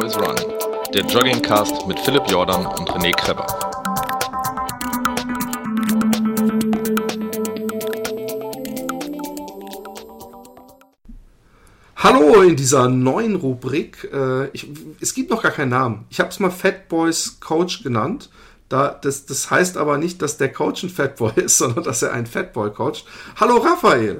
Boys Run, der Joggingcast mit Philipp Jordan und René Kreber. Hallo in dieser neuen Rubrik. Es gibt noch gar keinen Namen. Ich habe es mal Fat Boys Coach genannt. Das heißt aber nicht, dass der Coach ein Fatboy ist, sondern dass er einen Fatboy coacht. Hallo Raphael.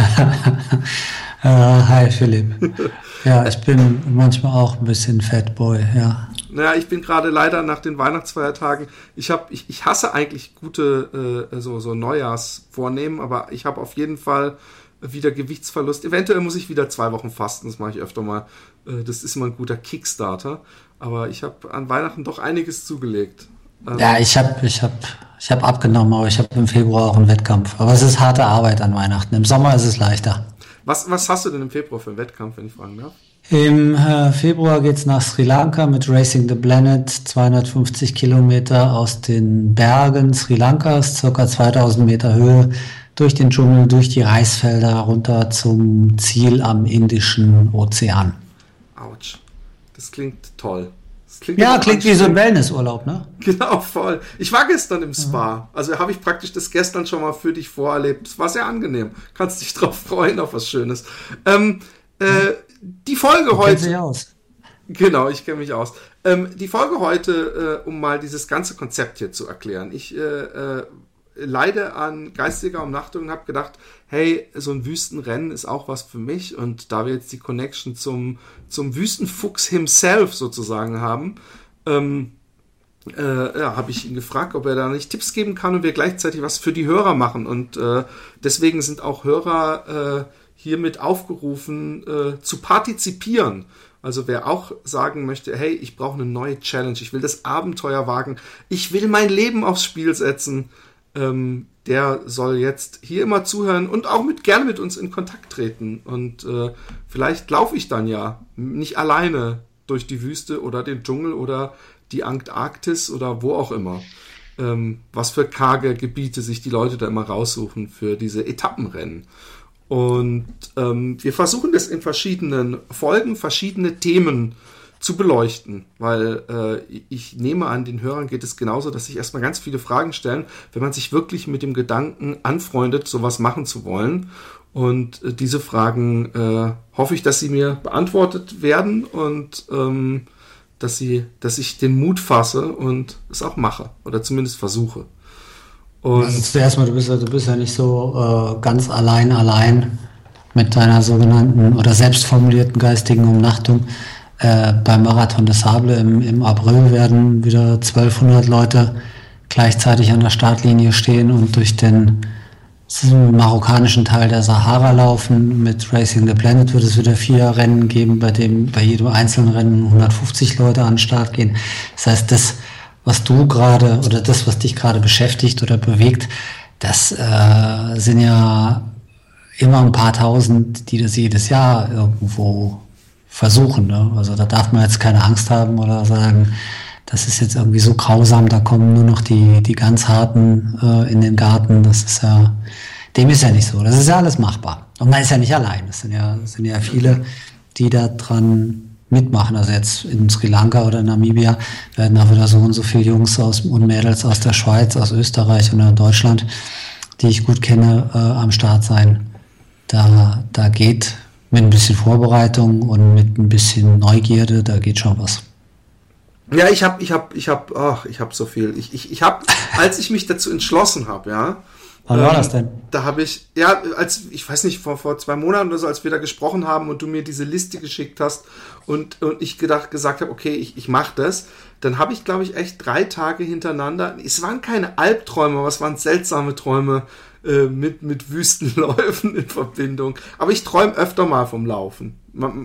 Hi Philipp. Ja, ich bin manchmal auch ein bisschen Fatboy, ja. Naja, ich bin gerade leider nach den Weihnachtsfeiertagen, ich hasse eigentlich gute so Neujahrsvornehmen, aber ich habe auf jeden Fall wieder Gewichtsverlust. Eventuell muss ich wieder 2 Wochen fasten, das mache ich öfter mal. Das ist immer ein guter Kickstarter. Aber ich habe an Weihnachten doch einiges zugelegt. Ja, ich hab abgenommen, aber ich habe im Februar auch einen Wettkampf. Aber es ist harte Arbeit an Weihnachten. Im Sommer ist es leichter. Was hast du denn im Februar für einen Wettkampf, wenn ich fragen darf? Im Februar geht's nach Sri Lanka mit Racing the Planet, 250 Kilometer aus den Bergen Sri Lankas, ca. 2000 Meter Höhe, durch den Dschungel, durch die Reisfelder, runter zum Ziel am Indischen Ozean. Autsch, das klingt toll. Klingt wie so ein Wellnessurlaub, ne? Genau, voll. Ich war gestern im Spa. Also habe ich praktisch das gestern schon mal für dich vorerlebt. Es war sehr angenehm. Kannst dich drauf freuen, auf was Schönes. Die Folge heute... Kennt sich aus. Genau, ich kenne mich aus. Die Folge heute, um mal dieses ganze Konzept hier zu erklären. Ich leide an geistiger Umnachtung und habe gedacht, hey, so ein Wüstenrennen ist auch was für mich, und da wir jetzt die Connection zum Wüstenfuchs himself sozusagen haben, habe ich ihn gefragt, ob er da nicht Tipps geben kann und wir gleichzeitig was für die Hörer machen, und deswegen sind auch Hörer hiermit aufgerufen, zu partizipieren. Also wer auch sagen möchte, hey, ich brauche eine neue Challenge, ich will das Abenteuer wagen, ich will mein Leben aufs Spiel setzen, der soll jetzt hier immer zuhören und auch gerne mit uns in Kontakt treten. Und vielleicht laufe ich dann ja nicht alleine durch die Wüste oder den Dschungel oder die Antarktis oder wo auch immer. Was für karge Gebiete sich die Leute da immer raussuchen für diese Etappenrennen. Und wir versuchen das in verschiedenen Folgen, verschiedene Themen zu beleuchten, weil ich nehme an, den Hörern geht es genauso, dass sich erstmal ganz viele Fragen stellen, wenn man sich wirklich mit dem Gedanken anfreundet, sowas machen zu wollen. Und diese Fragen hoffe ich, dass sie mir beantwortet werden und dass ich den Mut fasse und es auch mache oder zumindest versuche. Und also zuerst mal, du bist ja nicht so ganz allein mit deiner sogenannten oder selbstformulierten geistigen Umnachtung. Beim Marathon des Sable im April werden wieder 1200 Leute gleichzeitig an der Startlinie stehen und durch den marokkanischen Teil der Sahara laufen. Mit Racing the Planet wird es wieder 4 Rennen geben, bei jedem einzelnen Rennen 150 Leute an den Start gehen. Das heißt, das, was dich gerade beschäftigt oder bewegt, das sind ja immer ein paar tausend, die das jedes Jahr irgendwo versuchen, ne? Also da darf man jetzt keine Angst haben oder sagen, das ist jetzt irgendwie so grausam, da kommen nur noch die ganz Harten in den Garten. Dem ist ja nicht so. Das ist ja alles machbar. Und man ist ja nicht allein. Es sind ja viele, die da dran mitmachen. Also jetzt in Sri Lanka oder Namibia werden da wieder so und so viele Jungs und Mädels aus der Schweiz, aus Österreich oder Deutschland, die ich gut kenne, am Start sein. Da geht mit ein bisschen Vorbereitung und mit ein bisschen Neugierde, da geht schon was. Ja, ich hab so viel. Ich habe, als ich mich dazu entschlossen habe, ja. Wann war das denn? Da habe ich, ich weiß nicht, vor 2 Monaten oder so, als wir da gesprochen haben und du mir diese Liste geschickt hast und ich gesagt habe, okay, ich mache das, dann habe ich, glaube ich, echt 3 Tage hintereinander, es waren keine Albträume, aber es waren seltsame Träume, mit Wüstenläufen in Verbindung. Aber ich träume öfter mal vom Laufen.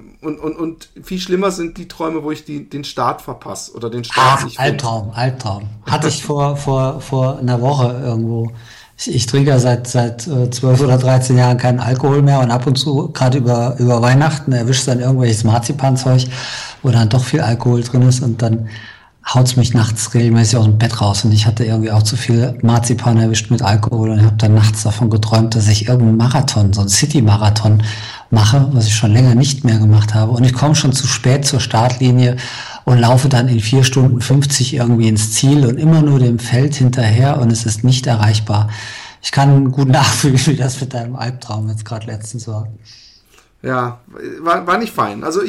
Und viel schlimmer sind die Träume, wo ich den Start verpasse oder den Start nicht finde. Albtraum. Hatte ich vor einer Woche irgendwo. Ich trinke ja seit 12 oder 13 Jahren keinen Alkohol mehr und ab und zu, gerade über Weihnachten, erwischt dann irgendwelches Marzipanzeug, wo dann doch viel Alkohol drin ist, und dann haut's mich nachts regelmäßig aus dem Bett raus, und ich hatte irgendwie auch zu viel Marzipan erwischt mit Alkohol und habe dann nachts davon geträumt, dass ich irgendeinen Marathon, so einen City-Marathon mache, was ich schon länger nicht mehr gemacht habe. Und ich komme schon zu spät zur Startlinie und laufe dann in 4 Stunden 50 irgendwie ins Ziel und immer nur dem Feld hinterher und es ist nicht erreichbar. Ich kann gut nachfühlen, wie das mit deinem Albtraum jetzt gerade letztens war. Ja, war nicht fein. Also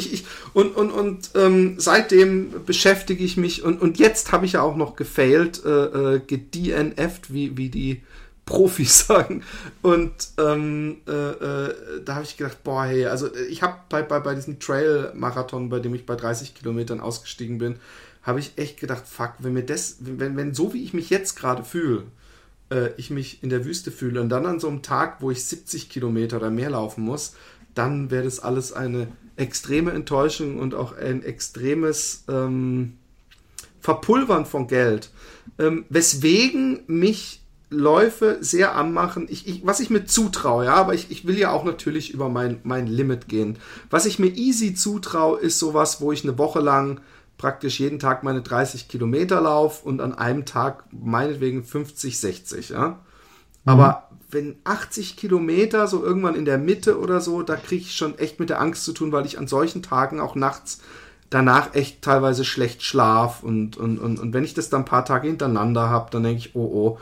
seitdem beschäftige ich mich und jetzt habe ich ja auch noch gefailt, gedNF'd, wie die Profis sagen. Und da habe ich gedacht, boah, hey, also ich habe bei diesem Trail-Marathon, bei dem ich bei 30 Kilometern ausgestiegen bin, habe ich echt gedacht, fuck, wenn so wie ich mich jetzt gerade fühle, ich mich in der Wüste fühle und dann an so einem Tag, wo ich 70 Kilometer oder mehr laufen muss, dann wäre das alles eine extreme Enttäuschung und auch ein extremes Verpulvern von Geld. Weswegen mich Läufe sehr anmachen, was ich mir zutraue, ja, aber ich will ja auch natürlich über mein Limit gehen. Was ich mir easy zutraue, ist sowas, wo ich eine Woche lang praktisch jeden Tag meine 30 Kilometer laufe und an einem Tag meinetwegen 50, 60, ja. Aber wenn 80 Kilometer, so irgendwann in der Mitte oder so, da kriege ich schon echt mit der Angst zu tun, weil ich an solchen Tagen auch nachts danach echt teilweise schlecht schlaf und wenn ich das dann ein paar Tage hintereinander habe, dann denke ich, du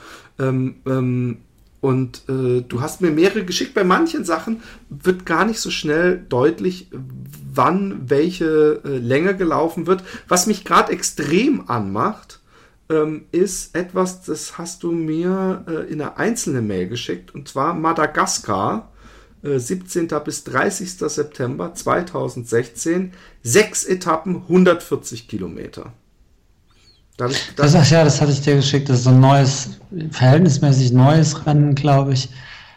hast mir mehrere geschickt. Bei manchen Sachen wird gar nicht so schnell deutlich, wann welche Länge gelaufen wird. Was mich gerade extrem anmacht, ist etwas, das hast du mir in eine einzelne Mail geschickt, und zwar Madagaskar, 17. bis 30. September 2016, 6 Etappen, 140 Kilometer. Das hatte ich dir geschickt, das ist so ein verhältnismäßig neues Rennen, glaube ich.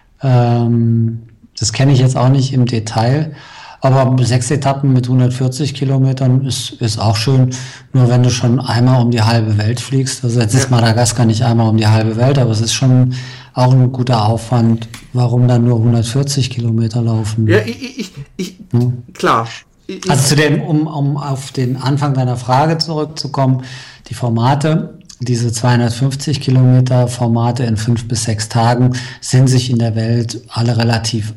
Das kenne ich jetzt auch nicht im Detail. Aber 6 Etappen mit 140 Kilometern ist auch schön. Nur wenn du schon einmal um die halbe Welt fliegst, also jetzt ist Madagaskar nicht einmal um die halbe Welt, aber es ist schon auch ein guter Aufwand. Warum dann nur 140 Kilometer laufen? Ja, klar. Also um auf den Anfang deiner Frage zurückzukommen, die Formate, diese 250 Kilometer Formate in 5 bis 6 Tagen sind sich in der Welt alle relativ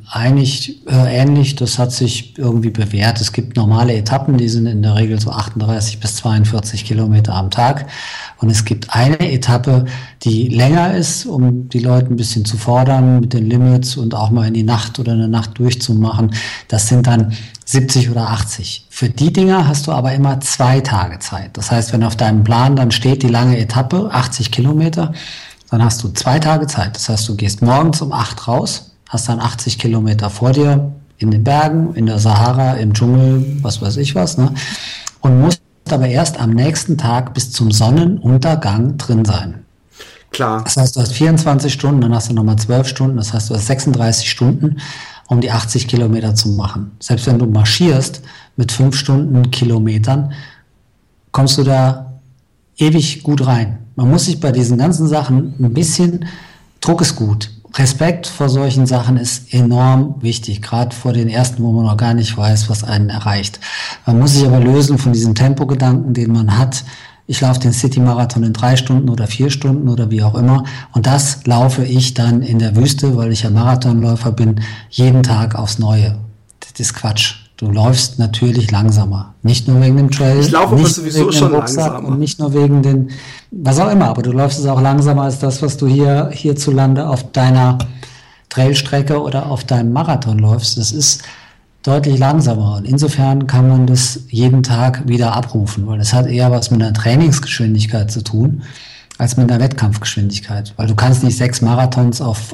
ähnlich. Das hat sich irgendwie bewährt. Es gibt normale Etappen, die sind in der Regel so 38 bis 42 Kilometer am Tag. Und es gibt eine Etappe, die länger ist, um die Leute ein bisschen zu fordern mit den Limits und auch mal in die Nacht oder eine Nacht durchzumachen. Das sind dann 70 oder 80. Für die Dinger hast du aber immer 2 Tage Zeit. Das heißt, wenn auf deinem Plan dann steht die lange Etappe, 80 Kilometer, dann hast du 2 Tage Zeit. Das heißt, du gehst morgens um 8 raus, hast dann 80 Kilometer vor dir in den Bergen, in der Sahara, im Dschungel, was weiß ich was, ne? Und musst aber erst am nächsten Tag bis zum Sonnenuntergang drin sein. Klar. Das heißt, du hast 24 Stunden, dann hast du nochmal 12 Stunden, das heißt, du hast 36 Stunden, um die 80 Kilometer zu machen. Selbst wenn du marschierst mit 5 Stunden Kilometern, kommst du da ewig gut rein. Man muss sich bei diesen ganzen Sachen ein bisschen, Druck ist gut. Respekt vor solchen Sachen ist enorm wichtig, gerade vor den ersten, wo man noch gar nicht weiß, was einen erreicht. Man muss sich aber lösen von diesem Tempogedanken, den man hat. Ich laufe den City-Marathon in 3 Stunden oder 4 Stunden oder wie auch immer. Und das laufe ich dann in der Wüste, weil ich ja Marathonläufer bin, jeden Tag aufs Neue. Das ist Quatsch. Du läufst natürlich langsamer. Nicht nur wegen dem Trail. Ich laufe aber sowieso schon langsamer. Und nicht nur wegen den, was auch immer, aber du läufst es auch langsamer als das, was du hierzulande auf deiner Trailstrecke oder auf deinem Marathon läufst. Das ist deutlich langsamer. Und insofern kann man das jeden Tag wieder abrufen, weil das hat eher was mit einer Trainingsgeschwindigkeit zu tun, als mit einer Wettkampfgeschwindigkeit. Weil du kannst nicht 6 Marathons auf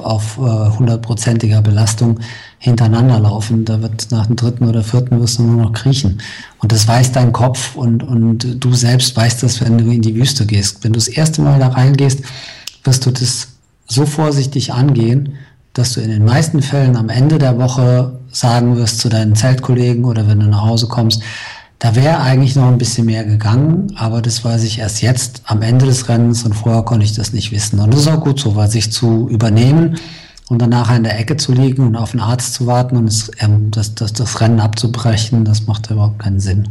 100%iger Belastung hintereinander laufen. Da wird nach dem 3. oder 4. wirst du nur noch kriechen. Und das weiß dein Kopf und du selbst weißt das, wenn du in die Wüste gehst. Wenn du das erste Mal da reingehst, wirst du das so vorsichtig angehen, dass du in den meisten Fällen am Ende der Woche sagen wirst zu deinen Zeltkollegen oder wenn du nach Hause kommst, da wäre eigentlich noch ein bisschen mehr gegangen, aber das weiß ich erst jetzt am Ende des Rennens und vorher konnte ich das nicht wissen. Und das ist auch gut so, weil sich zu übernehmen und dann nachher in der Ecke zu liegen und auf den Arzt zu warten und das Rennen abzubrechen, das macht überhaupt keinen Sinn.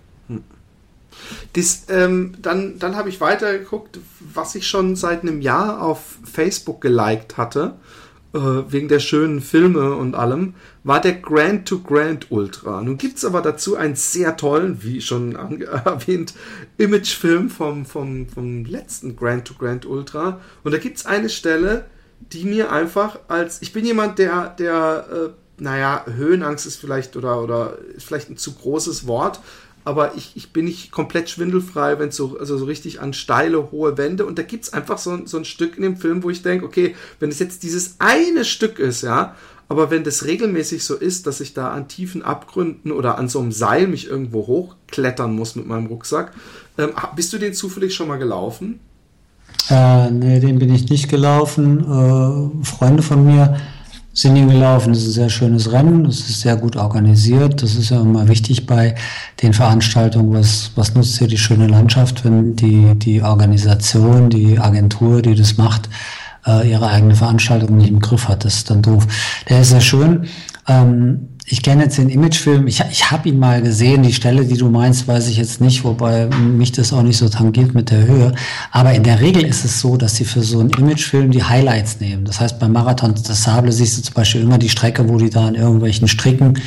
Dann habe ich weitergeguckt, was ich schon seit einem Jahr auf Facebook geliked hatte. wegen der schönen Filme und allem, war der Grand to Grand Ultra. Nun gibt's aber dazu einen sehr tollen, wie schon erwähnt, Imagefilm vom letzten Grand to Grand Ultra. Und da gibt's eine Stelle, die mir einfach ich bin jemand, der Höhenangst ist vielleicht oder ist vielleicht ein zu großes Wort, aber ich bin nicht komplett schwindelfrei, wenn es so richtig an steile, hohe Wände, und da gibt es einfach so ein Stück in dem Film, wo ich denke, okay, wenn es jetzt dieses eine Stück ist, ja, aber wenn das regelmäßig so ist, dass ich da an tiefen Abgründen oder an so einem Seil mich irgendwo hochklettern muss mit meinem Rucksack, bist du den zufällig schon mal gelaufen? Nee, den bin ich nicht gelaufen. Freunde von mir sind ihn gelaufen. Das ist ein sehr schönes Rennen, es ist sehr gut organisiert. Das ist ja immer wichtig bei den Veranstaltungen. Was nutzt hier die schöne Landschaft, wenn die Organisation, die Agentur, die das macht, ihre eigene Veranstaltung nicht im Griff hat? Das ist dann doof. Der ist sehr schön. Ich kenne jetzt den Imagefilm, ich habe ihn mal gesehen, die Stelle, die du meinst, weiß ich jetzt nicht, wobei mich das auch nicht so tangiert mit der Höhe. Aber in der Regel ist es so, dass sie für so einen Imagefilm die Highlights nehmen. Das heißt, beim Marathon des Sables siehst du zum Beispiel immer die Strecke, wo die da an irgendwelchen Stricken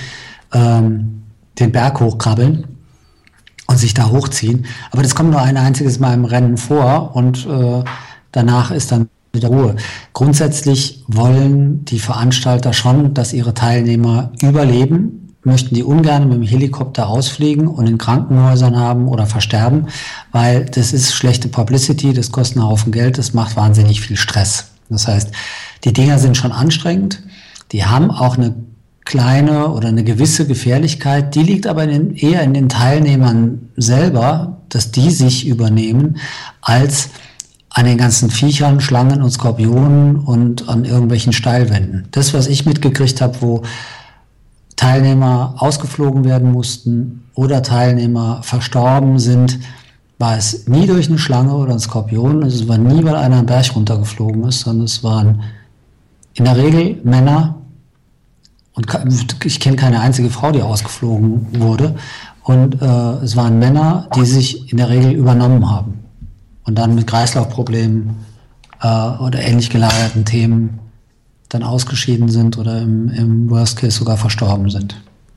den Berg hochkrabbeln und sich da hochziehen. Aber das kommt nur ein einziges Mal im Rennen vor und danach ist dann wieder Ruhe. Grundsätzlich wollen die Veranstalter schon, dass ihre Teilnehmer überleben, möchten die ungern mit dem Helikopter ausfliegen und in Krankenhäusern haben oder versterben, weil das ist schlechte Publicity, das kostet einen Haufen Geld, das macht wahnsinnig viel Stress. Das heißt, die Dinger sind schon anstrengend, die haben auch eine kleine oder eine gewisse Gefährlichkeit, die liegt aber eher in den Teilnehmern selber, dass die sich übernehmen, als an den ganzen Viechern, Schlangen und Skorpionen und an irgendwelchen Steilwänden. Das, was ich mitgekriegt habe, wo Teilnehmer ausgeflogen werden mussten oder Teilnehmer verstorben sind, war es nie durch eine Schlange oder einen Skorpion. Es war nie, weil einer einen Berg runtergeflogen ist, sondern es waren in der Regel Männer, und ich kenne keine einzige Frau, die ausgeflogen wurde, und es waren Männer, die sich in der Regel übernommen haben und dann mit Kreislaufproblemen oder ähnlich gelagerten Themen dann ausgeschieden sind oder im Worst Case sogar verstorben sind.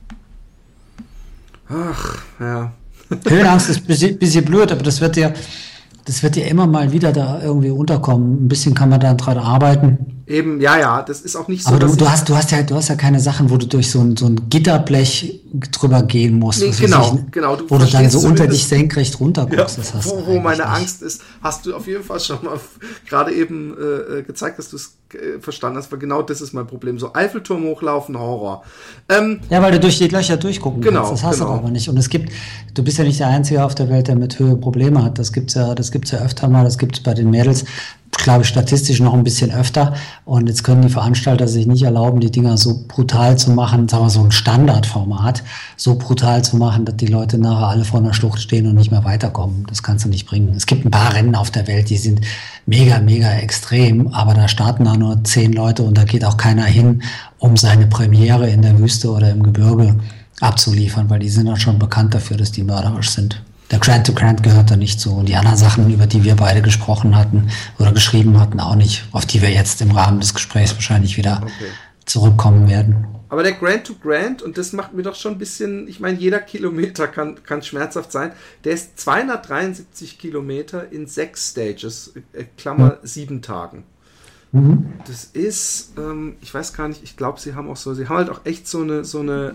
Ach, ja. Höhenangst ist ein bisschen blöd, aber das wird ja immer mal wieder da irgendwie unterkommen. Ein bisschen kann man da dran arbeiten. Eben, ja, das ist auch nicht so. Aber du hast ja keine Sachen, wo du durch so ein Gitterblech drüber gehen musst. Nee, genau. Wo du dann so unter dich senkrecht runterguckst. Ja, wo meine Angst ist, hast du auf jeden Fall schon mal gerade eben gezeigt, dass du es verstanden hast, weil genau das ist mein Problem. So Eiffelturm hochlaufen, Horror. Ja, weil du durch die Löcher durchgucken kannst. Das hast du aber nicht. Und du bist ja nicht der Einzige auf der Welt, der mit Höhe Probleme hat. Das gibt's ja öfter mal. Das gibt's bei den Mädels, glaube ich, statistisch noch ein bisschen öfter. Und jetzt können die Veranstalter sich nicht erlauben, die Dinger so brutal zu machen, sagen wir so ein Standardformat, so brutal zu machen, dass die Leute nachher alle vor einer Schlucht stehen und nicht mehr weiterkommen. Das kannst du nicht bringen. Es gibt ein paar Rennen auf der Welt, die sind mega, mega extrem, aber da starten da nur 10 Leute und da geht auch keiner hin, um seine Premiere in der Wüste oder im Gebirge abzuliefern, weil die sind auch schon bekannt dafür, dass die mörderisch sind. Der Grand to Grand gehört da nicht zu. Und die anderen Sachen, über die wir beide gesprochen hatten oder geschrieben hatten, auch nicht, auf die wir jetzt im Rahmen des Gesprächs wahrscheinlich wieder zurückkommen werden. Aber der Grand to Grand, und das macht mir doch schon ein bisschen, ich meine, jeder Kilometer kann schmerzhaft sein, der ist 273 Kilometer in 6 Stages, Klammer 7 Tagen. Mhm. Das ist, ich weiß gar nicht, ich glaube, sie haben halt auch echt so eine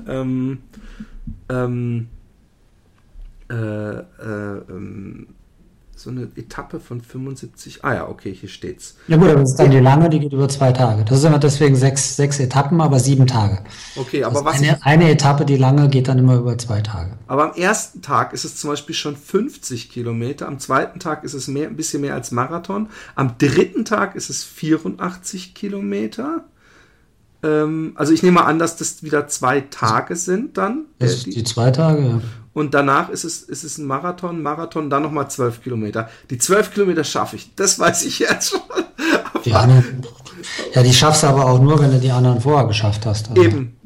Etappe von 75. Ah ja, okay, hier steht's. Ja gut, aber das ist dann die lange, die geht über 2 Tage. Das ist immer deswegen 6 Etappen, aber 7 Tage. Okay, aber eine Etappe, die lange, geht dann immer über 2 Tage. Aber am ersten Tag ist es zum Beispiel schon 50 Kilometer, am zweiten Tag ist es ein bisschen mehr als Marathon, am dritten Tag ist es 84 Kilometer. Also ich nehme mal an, dass das wieder 2 Tage sind dann. Das ist die 2 Tage, ja. Und danach ist es ein Marathon, dann nochmal 12 Kilometer. Die 12 Kilometer schaffe ich, das weiß ich jetzt schon. Die schaffst du aber auch nur, wenn du die anderen vorher geschafft hast. Also.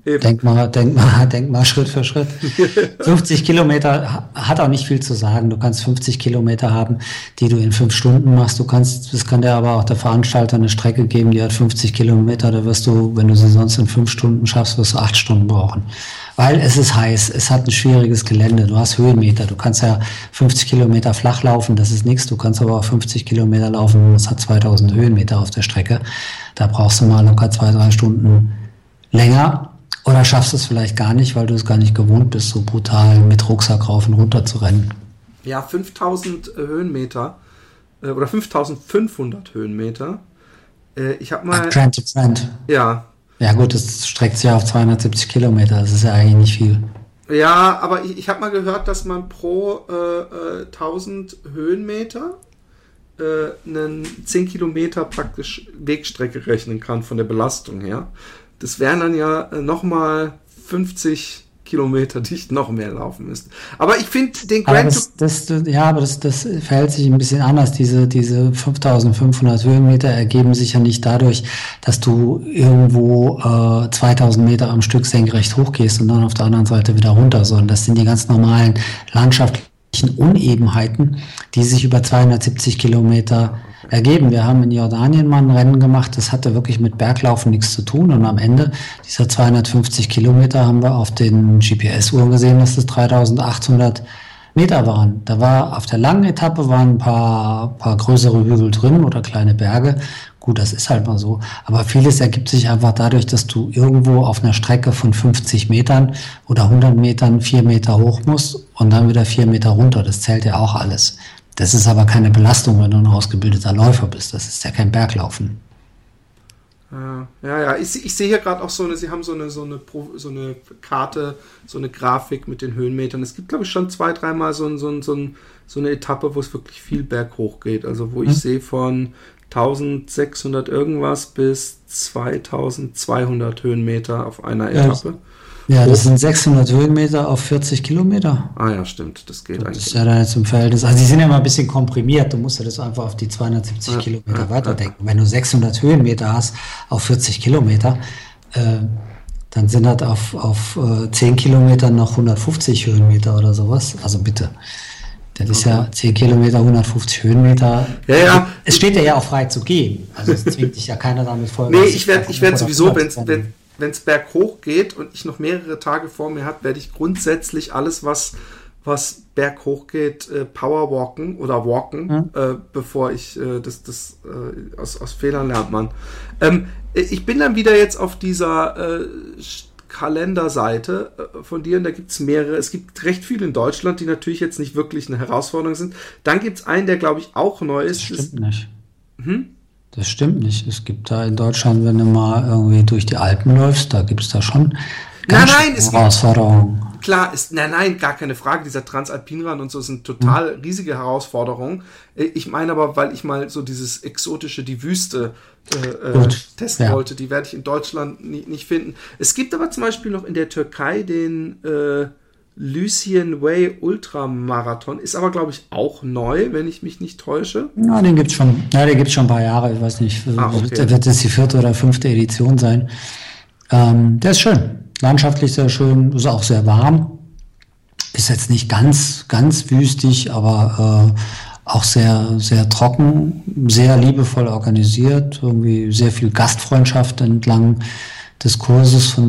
Denk mal Schritt für Schritt. 50 Kilometer hat auch nicht viel zu sagen. Du kannst 50 Kilometer haben, die du in 5 Stunden machst. Das kann dir aber auch der Veranstalter eine Strecke geben, die hat 50 Kilometer. Da wirst du, wenn du sie sonst in 5 Stunden schaffst, wirst du 8 Stunden brauchen. Weil es ist heiß, es hat ein schwieriges Gelände, du hast Höhenmeter. Du kannst ja 50 Kilometer flach laufen, das ist nichts. Du kannst aber auch 50 Kilometer laufen, das hat 2000 Höhenmeter auf der Strecke. Da brauchst du mal locker 2-3 Stunden länger. Oder schaffst es vielleicht gar nicht, weil du es gar nicht gewohnt bist, so brutal mit Rucksack rauf und runter zu rennen. Ja, 5000 Höhenmeter oder 5500 Höhenmeter. Ich habe mal... Trend to Trend. Ja. Ja gut, das streckt sich ja auf 270 Kilometer, das ist ja eigentlich nicht viel. Ja, aber ich habe mal gehört, dass man pro 1000 Höhenmeter einen 10 Kilometer praktisch Wegstrecke rechnen kann von der Belastung her. Das wären dann ja nochmal 50 Kilometer, die ich noch mehr laufen müsste. Aber ich finde den Grand aber das verhält sich ein bisschen anders. Diese 5500 Höhenmeter ergeben sich ja nicht dadurch, dass du irgendwo 2000 Meter am Stück senkrecht hochgehst und dann auf der anderen Seite wieder runter, sondern das sind die ganz normalen landschaftlichen Unebenheiten, die sich über 270 Kilometer ergeben. Wir haben in Jordanien mal ein Rennen gemacht, das hatte wirklich mit Berglaufen nichts zu tun und am Ende dieser 250 Kilometer haben wir auf den GPS-Uhren gesehen, dass das 3800 Meter waren. Da war auf der langen Etappe waren ein paar größere Hügel drin oder kleine Berge. Gut, das ist halt mal so. Aber vieles ergibt sich einfach dadurch, dass du irgendwo auf einer Strecke von 50 Metern oder 100 Metern 4 Meter hoch musst und dann wieder 4 Meter runter. Das zählt ja auch alles. Das ist aber keine Belastung, wenn du ein ausgebildeter Läufer bist. Das ist ja kein Berglaufen. Ja. Ich sehe hier gerade auch Sie haben so eine Karte, so eine Grafik mit den Höhenmetern. Es gibt, glaube ich, schon 2-3 Mal so eine Etappe, wo es wirklich viel berghoch geht. Also wo ich sehe von 1600 irgendwas bis 2200 Höhenmeter auf einer Etappe. Ja, das sind 600 Höhenmeter auf 40 Kilometer. Ah ja, stimmt, das geht eigentlich. Das ist ja dann jetzt im Verhältnis, also die sind ja mal ein bisschen komprimiert, du musst ja das einfach auf die 270 Kilometer weiterdenken. Wenn du 600 Höhenmeter hast auf 40 Kilometer, dann sind das auf 10 Kilometer noch 150 Höhenmeter oder sowas. Also bitte. Das ist ja 10 Kilometer, 150 Höhenmeter. Ja. Es steht ja auch frei zu gehen. Also es zwingt dich ja keiner damit voll. Nee, ich werd sowieso, wenn es berghoch geht und ich noch mehrere Tage vor mir habe, werde ich grundsätzlich alles, was berghoch geht, Powerwalken oder walken, bevor ich aus Fehlern lernt man. Ich bin dann wieder jetzt auf dieser Kalenderseite von dir und da gibt es mehrere. Es gibt recht viele in Deutschland, die natürlich jetzt nicht wirklich eine Herausforderung sind. Dann gibt es einen, der glaube ich auch neu ist. Das stimmt nicht. Das stimmt nicht. Es gibt da in Deutschland, wenn du mal irgendwie durch die Alpen läufst, da gibt es da schon Herausforderungen. Nein, gar keine Frage. Dieser Transalpinrand und so sind total riesige Herausforderungen. Ich meine aber, weil ich mal so dieses Exotische, die Wüste testen wollte, die werde ich in Deutschland nicht finden. Es gibt aber zum Beispiel noch in der Türkei den Lycian Way Ultramarathon, ist aber, glaube ich, auch neu, wenn ich mich nicht täusche. Ja, den gibt's schon ein paar Jahre, ich weiß nicht, okay. Wird das die 4. oder 5. Edition sein. Der ist schön, landschaftlich sehr schön, ist auch sehr warm, ist jetzt nicht ganz wüstig, aber auch sehr, sehr trocken, sehr liebevoll organisiert, irgendwie sehr viel Gastfreundschaft entlang des Kurses von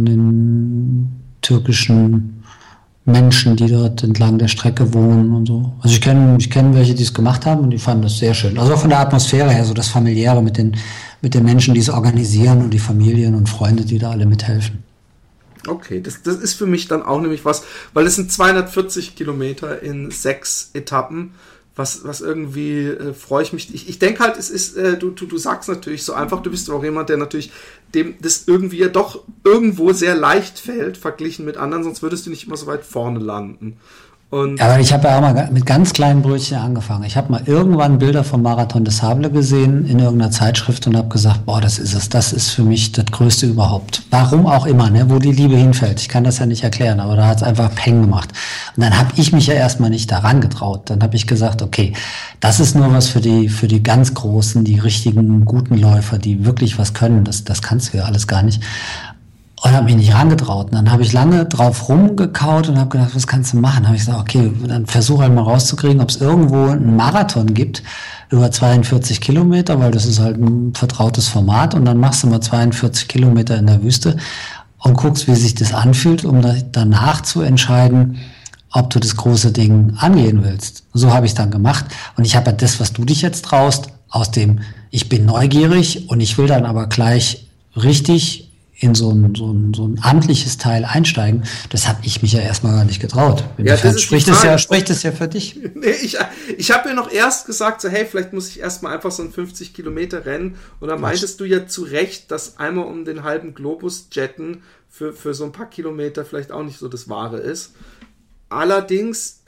den türkischen Menschen, die dort entlang der Strecke wohnen und so. Also ich kenne welche, die es gemacht haben und die fanden das sehr schön. Also auch von der Atmosphäre her, so das Familiäre mit den Menschen, die es organisieren und die Familien und Freunde, die da alle mithelfen. Okay, das ist für mich dann auch nämlich was, weil es sind 240 Kilometer in 6 Etappen. Was irgendwie freue ich mich. Ich denke halt, es ist, du sagst natürlich so einfach, du bist auch jemand, der natürlich dem das irgendwie ja doch irgendwo sehr leicht fällt, verglichen mit anderen, sonst würdest du nicht immer so weit vorne landen. Und aber ich habe ja auch mal mit ganz kleinen Brötchen angefangen. Ich habe mal irgendwann Bilder vom Marathon des Sables gesehen in irgendeiner Zeitschrift und habe gesagt, boah, das ist es. Das ist für mich das Größte überhaupt. Warum auch immer, ne, wo die Liebe hinfällt. Ich kann das ja nicht erklären, aber da hat es einfach Peng gemacht. Und dann habe ich mich ja erstmal nicht daran getraut. Dann habe ich gesagt, okay, das ist nur was für die ganz Großen, die richtigen, guten Läufer, die wirklich was können. Das kannst du ja alles gar nicht. und habe mich nicht rangetraut. Und dann habe ich lange drauf rumgekaut und habe gedacht, was kannst du machen? Dann habe ich gesagt, okay, dann versuche halt mal rauszukriegen, ob es irgendwo einen Marathon gibt über 42 Kilometer, weil das ist halt ein vertrautes Format. Und dann machst du mal 42 Kilometer in der Wüste und guckst, wie sich das anfühlt, um danach zu entscheiden, ob du das große Ding angehen willst. So habe ich dann gemacht. Und ich habe ja das, was du dich jetzt traust, aus dem, ich bin neugierig und ich will dann aber gleich richtig in so ein amtliches Teil einsteigen, das habe ich mich ja erstmal gar nicht getraut. Spricht es ja für dich. Nee, ich habe ja noch erst gesagt, so hey, vielleicht muss ich erstmal einfach so ein 50 Kilometer rennen. Und dann meintest du ja zu Recht, dass einmal um den halben Globus jetten für so ein paar Kilometer vielleicht auch nicht so das Wahre ist. Allerdings,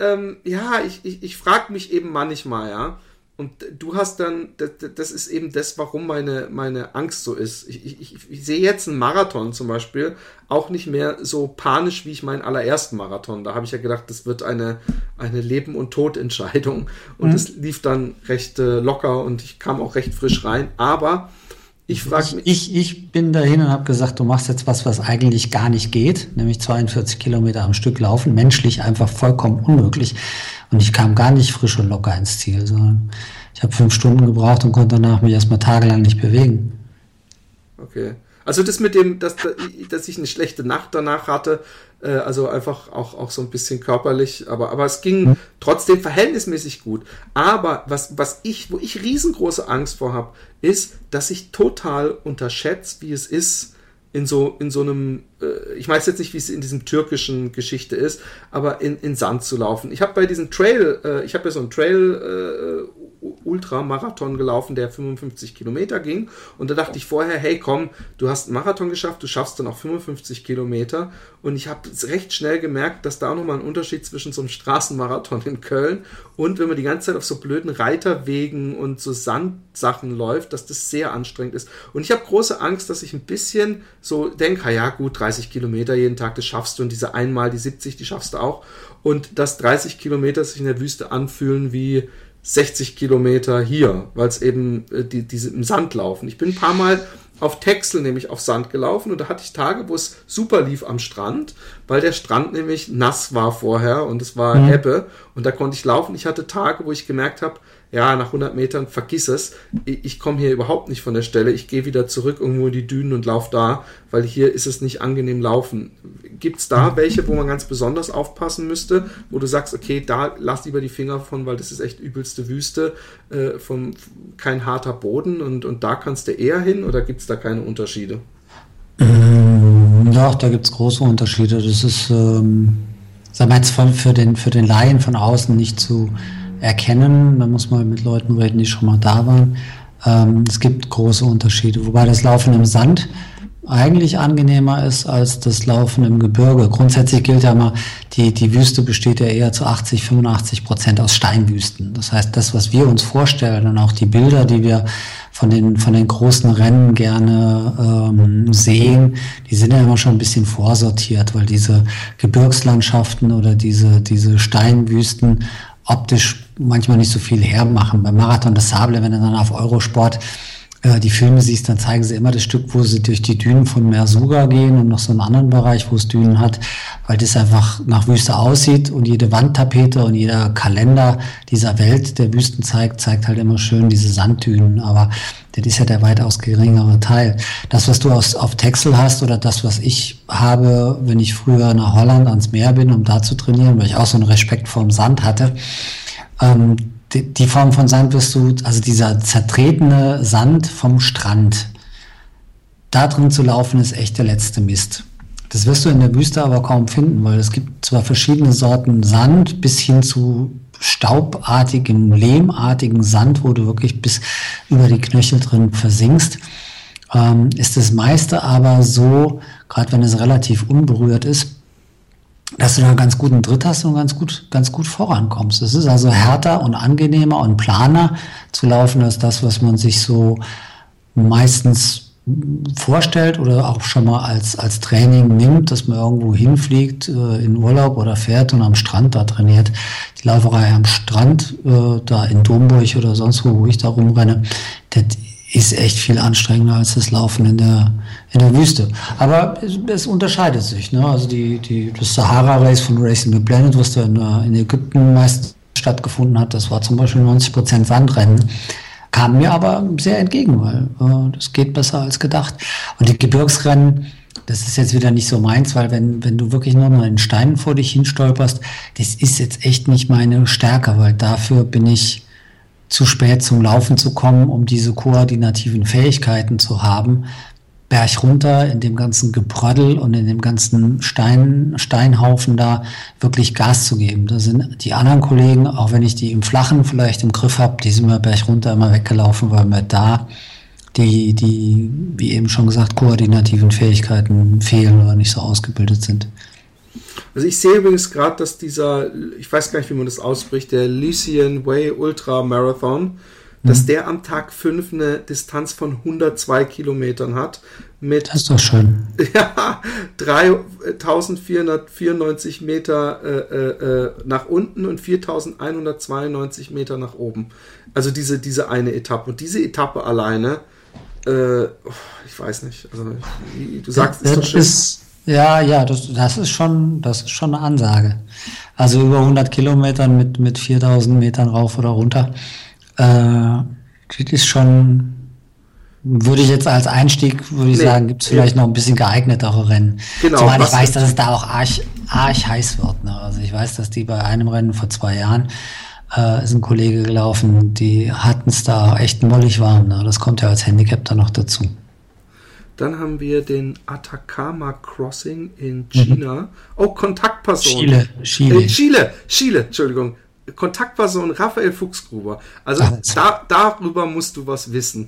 ich frage mich eben manchmal, ja, und du hast dann, das ist eben das, warum meine Angst so ist. Ich sehe jetzt einen Marathon zum Beispiel auch nicht mehr so panisch, wie ich meinen allerersten Marathon. Da habe ich ja gedacht, das wird eine Leben- und Tod-Entscheidung. Und es lief dann recht locker und ich kam auch recht frisch rein. Aber ich frage mich... Ich bin dahin und habe gesagt, du machst jetzt was eigentlich gar nicht geht, nämlich 42 Kilometer am Stück laufen. Menschlich einfach vollkommen unmöglich. Und ich kam gar nicht frisch und locker ins Ziel, sondern ich habe 5 Stunden gebraucht und konnte danach mich erstmal tagelang nicht bewegen. Okay. Also das mit dem, dass ich eine schlechte Nacht danach hatte, also einfach auch so ein bisschen körperlich, aber es ging trotzdem verhältnismäßig gut. Aber wo ich riesengroße Angst vor habe, ist, dass ich total unterschätze, wie es ist, in so einem, ich weiß jetzt nicht, wie es in diesem türkischen Geschichte ist, aber in Sand zu laufen. Ich habe bei diesem Trail, ich habe ja so einen Trail Ultramarathon gelaufen, der 55 Kilometer ging, und da dachte ich vorher, hey komm, du hast einen Marathon geschafft, du schaffst dann auch 55 Kilometer, und ich habe recht schnell gemerkt, dass da auch nochmal ein Unterschied zwischen so einem Straßenmarathon in Köln und wenn man die ganze Zeit auf so blöden Reiterwegen und so Sandsachen läuft, dass das sehr anstrengend ist. Und ich habe große Angst, dass ich ein bisschen so denke, ja gut, 30 Kilometer jeden Tag, das schaffst du, und diese einmal die 70, die schaffst du auch, und dass 30 Kilometer sich in der Wüste anfühlen wie 60 Kilometer hier, weil es eben diese im Sand laufen. Ich bin ein paar Mal auf Texel nämlich auf Sand gelaufen, und da hatte ich Tage, wo es super lief am Strand, weil der Strand nämlich nass war vorher und es war Ebbe, und da konnte ich laufen. Ich hatte Tage, wo ich gemerkt habe, ja, nach 100 Metern vergiss es, ich komme hier überhaupt nicht von der Stelle, ich gehe wieder zurück irgendwo in die Dünen und laufe da, weil hier ist es nicht angenehm laufen. Gibt es da welche, wo man ganz besonders aufpassen müsste, wo du sagst, okay, da lass lieber die Finger von, weil das ist echt übelste Wüste, kein harter Boden, und da kannst du eher hin, oder gibt es da keine Unterschiede? Doch, da gibt es große Unterschiede. Das ist, sagen wir jetzt für den Laien von außen nicht zu erkennen. Da muss man mit Leuten reden, die schon mal da waren. Es gibt große Unterschiede, wobei das Laufen im Sand eigentlich angenehmer ist als das Laufen im Gebirge. Grundsätzlich gilt ja mal, die Wüste besteht ja eher zu 80-85% aus Steinwüsten. Das heißt, das, was wir uns vorstellen und auch die Bilder, die wir von den großen Rennen gerne sehen, die sind ja immer schon ein bisschen vorsortiert, weil diese Gebirgslandschaften oder diese Steinwüsten optisch manchmal nicht so viel hermachen. Beim Marathon des Sable, wenn du dann auf Eurosport die Filme siehst, dann zeigen sie immer das Stück, wo sie durch die Dünen von Merzouga gehen und noch so einen anderen Bereich, wo es Dünen hat, weil das einfach nach Wüste aussieht, und jede Wandtapete und jeder Kalender dieser Welt, der Wüsten zeigt halt immer schön diese Sanddünen, aber das ist ja der weitaus geringere Teil. Das, was du auf Texel hast, oder das, was ich habe, wenn ich früher nach Holland ans Meer bin, um da zu trainieren, weil ich auch so einen Respekt vorm Sand hatte, die Form von Sand wirst du, also dieser zertretene Sand vom Strand, da drin zu laufen, ist echt der letzte Mist. Das wirst du in der Wüste aber kaum finden, weil es gibt zwar verschiedene Sorten Sand bis hin zu staubartigem, lehmartigen Sand, wo du wirklich bis über die Knöchel drin versinkst, ist das meiste aber so, gerade wenn es relativ unberührt ist, dass du da ganz guten Tritt hast und ganz gut vorankommst. Es ist also härter und angenehmer und planer zu laufen als das, was man sich so meistens vorstellt oder auch schon mal als Training nimmt, dass man irgendwo hinfliegt, in Urlaub oder fährt und am Strand da trainiert. Die Lauferei am Strand, da in Domburg oder sonst wo ich da rumrenne, das ist echt viel anstrengender als das Laufen in der Wüste. Aber es unterscheidet sich, ne? Also das Sahara-Race von Racing the Planet, was da in Ägypten meist stattgefunden hat, das war zum Beispiel 90% Sandrennen, kam mir aber sehr entgegen, weil das geht besser als gedacht. Und die Gebirgsrennen, das ist jetzt wieder nicht so meins, weil wenn du wirklich nur noch in Steinen vor dich hinstolperst, das ist jetzt echt nicht meine Stärke, weil dafür bin ich zu spät zum Laufen zu kommen, um diese koordinativen Fähigkeiten zu haben, Berg runter in dem ganzen Gebrödel und in dem ganzen Steinhaufen da wirklich Gas zu geben. Da sind die anderen Kollegen, auch wenn ich die im Flachen vielleicht im Griff habe, die sind mir Berg runter immer weggelaufen, weil mir da die, wie eben schon gesagt, koordinativen Fähigkeiten fehlen oder nicht so ausgebildet sind. Also ich sehe übrigens gerade, dass dieser, ich weiß gar nicht, wie man das ausspricht, der Lycian Way Ultra Marathon, dass der am Tag 5 eine Distanz von 102 Kilometern hat. Das ist doch schön. Ja, 3.494 Meter nach unten und 4.192 Meter nach oben. Also diese eine Etappe. Und diese Etappe alleine, ich weiß nicht, also du sagst, das ist doch schön. Ja, das ist schon eine Ansage. Also über 100 Kilometern mit 4.000 Metern rauf oder runter. Das ist schon, würde ich jetzt als Einstieg, sagen, gibt es vielleicht noch ein bisschen geeignetere Rennen. Genau. Zumal ich weiß, dass es da auch arg heiß wird. Ne? Also ich weiß, dass die bei einem Rennen vor 2 Jahren ist ein Kollege gelaufen, die hatten es da echt mollig warm. Ne? Das kommt ja als Handicap dann noch dazu. Dann haben wir den Atacama Crossing in China. Oh, Kontaktperson. Chile, Entschuldigung. Kontaktperson Raphael Fuchsgruber. Also darüber musst du was wissen.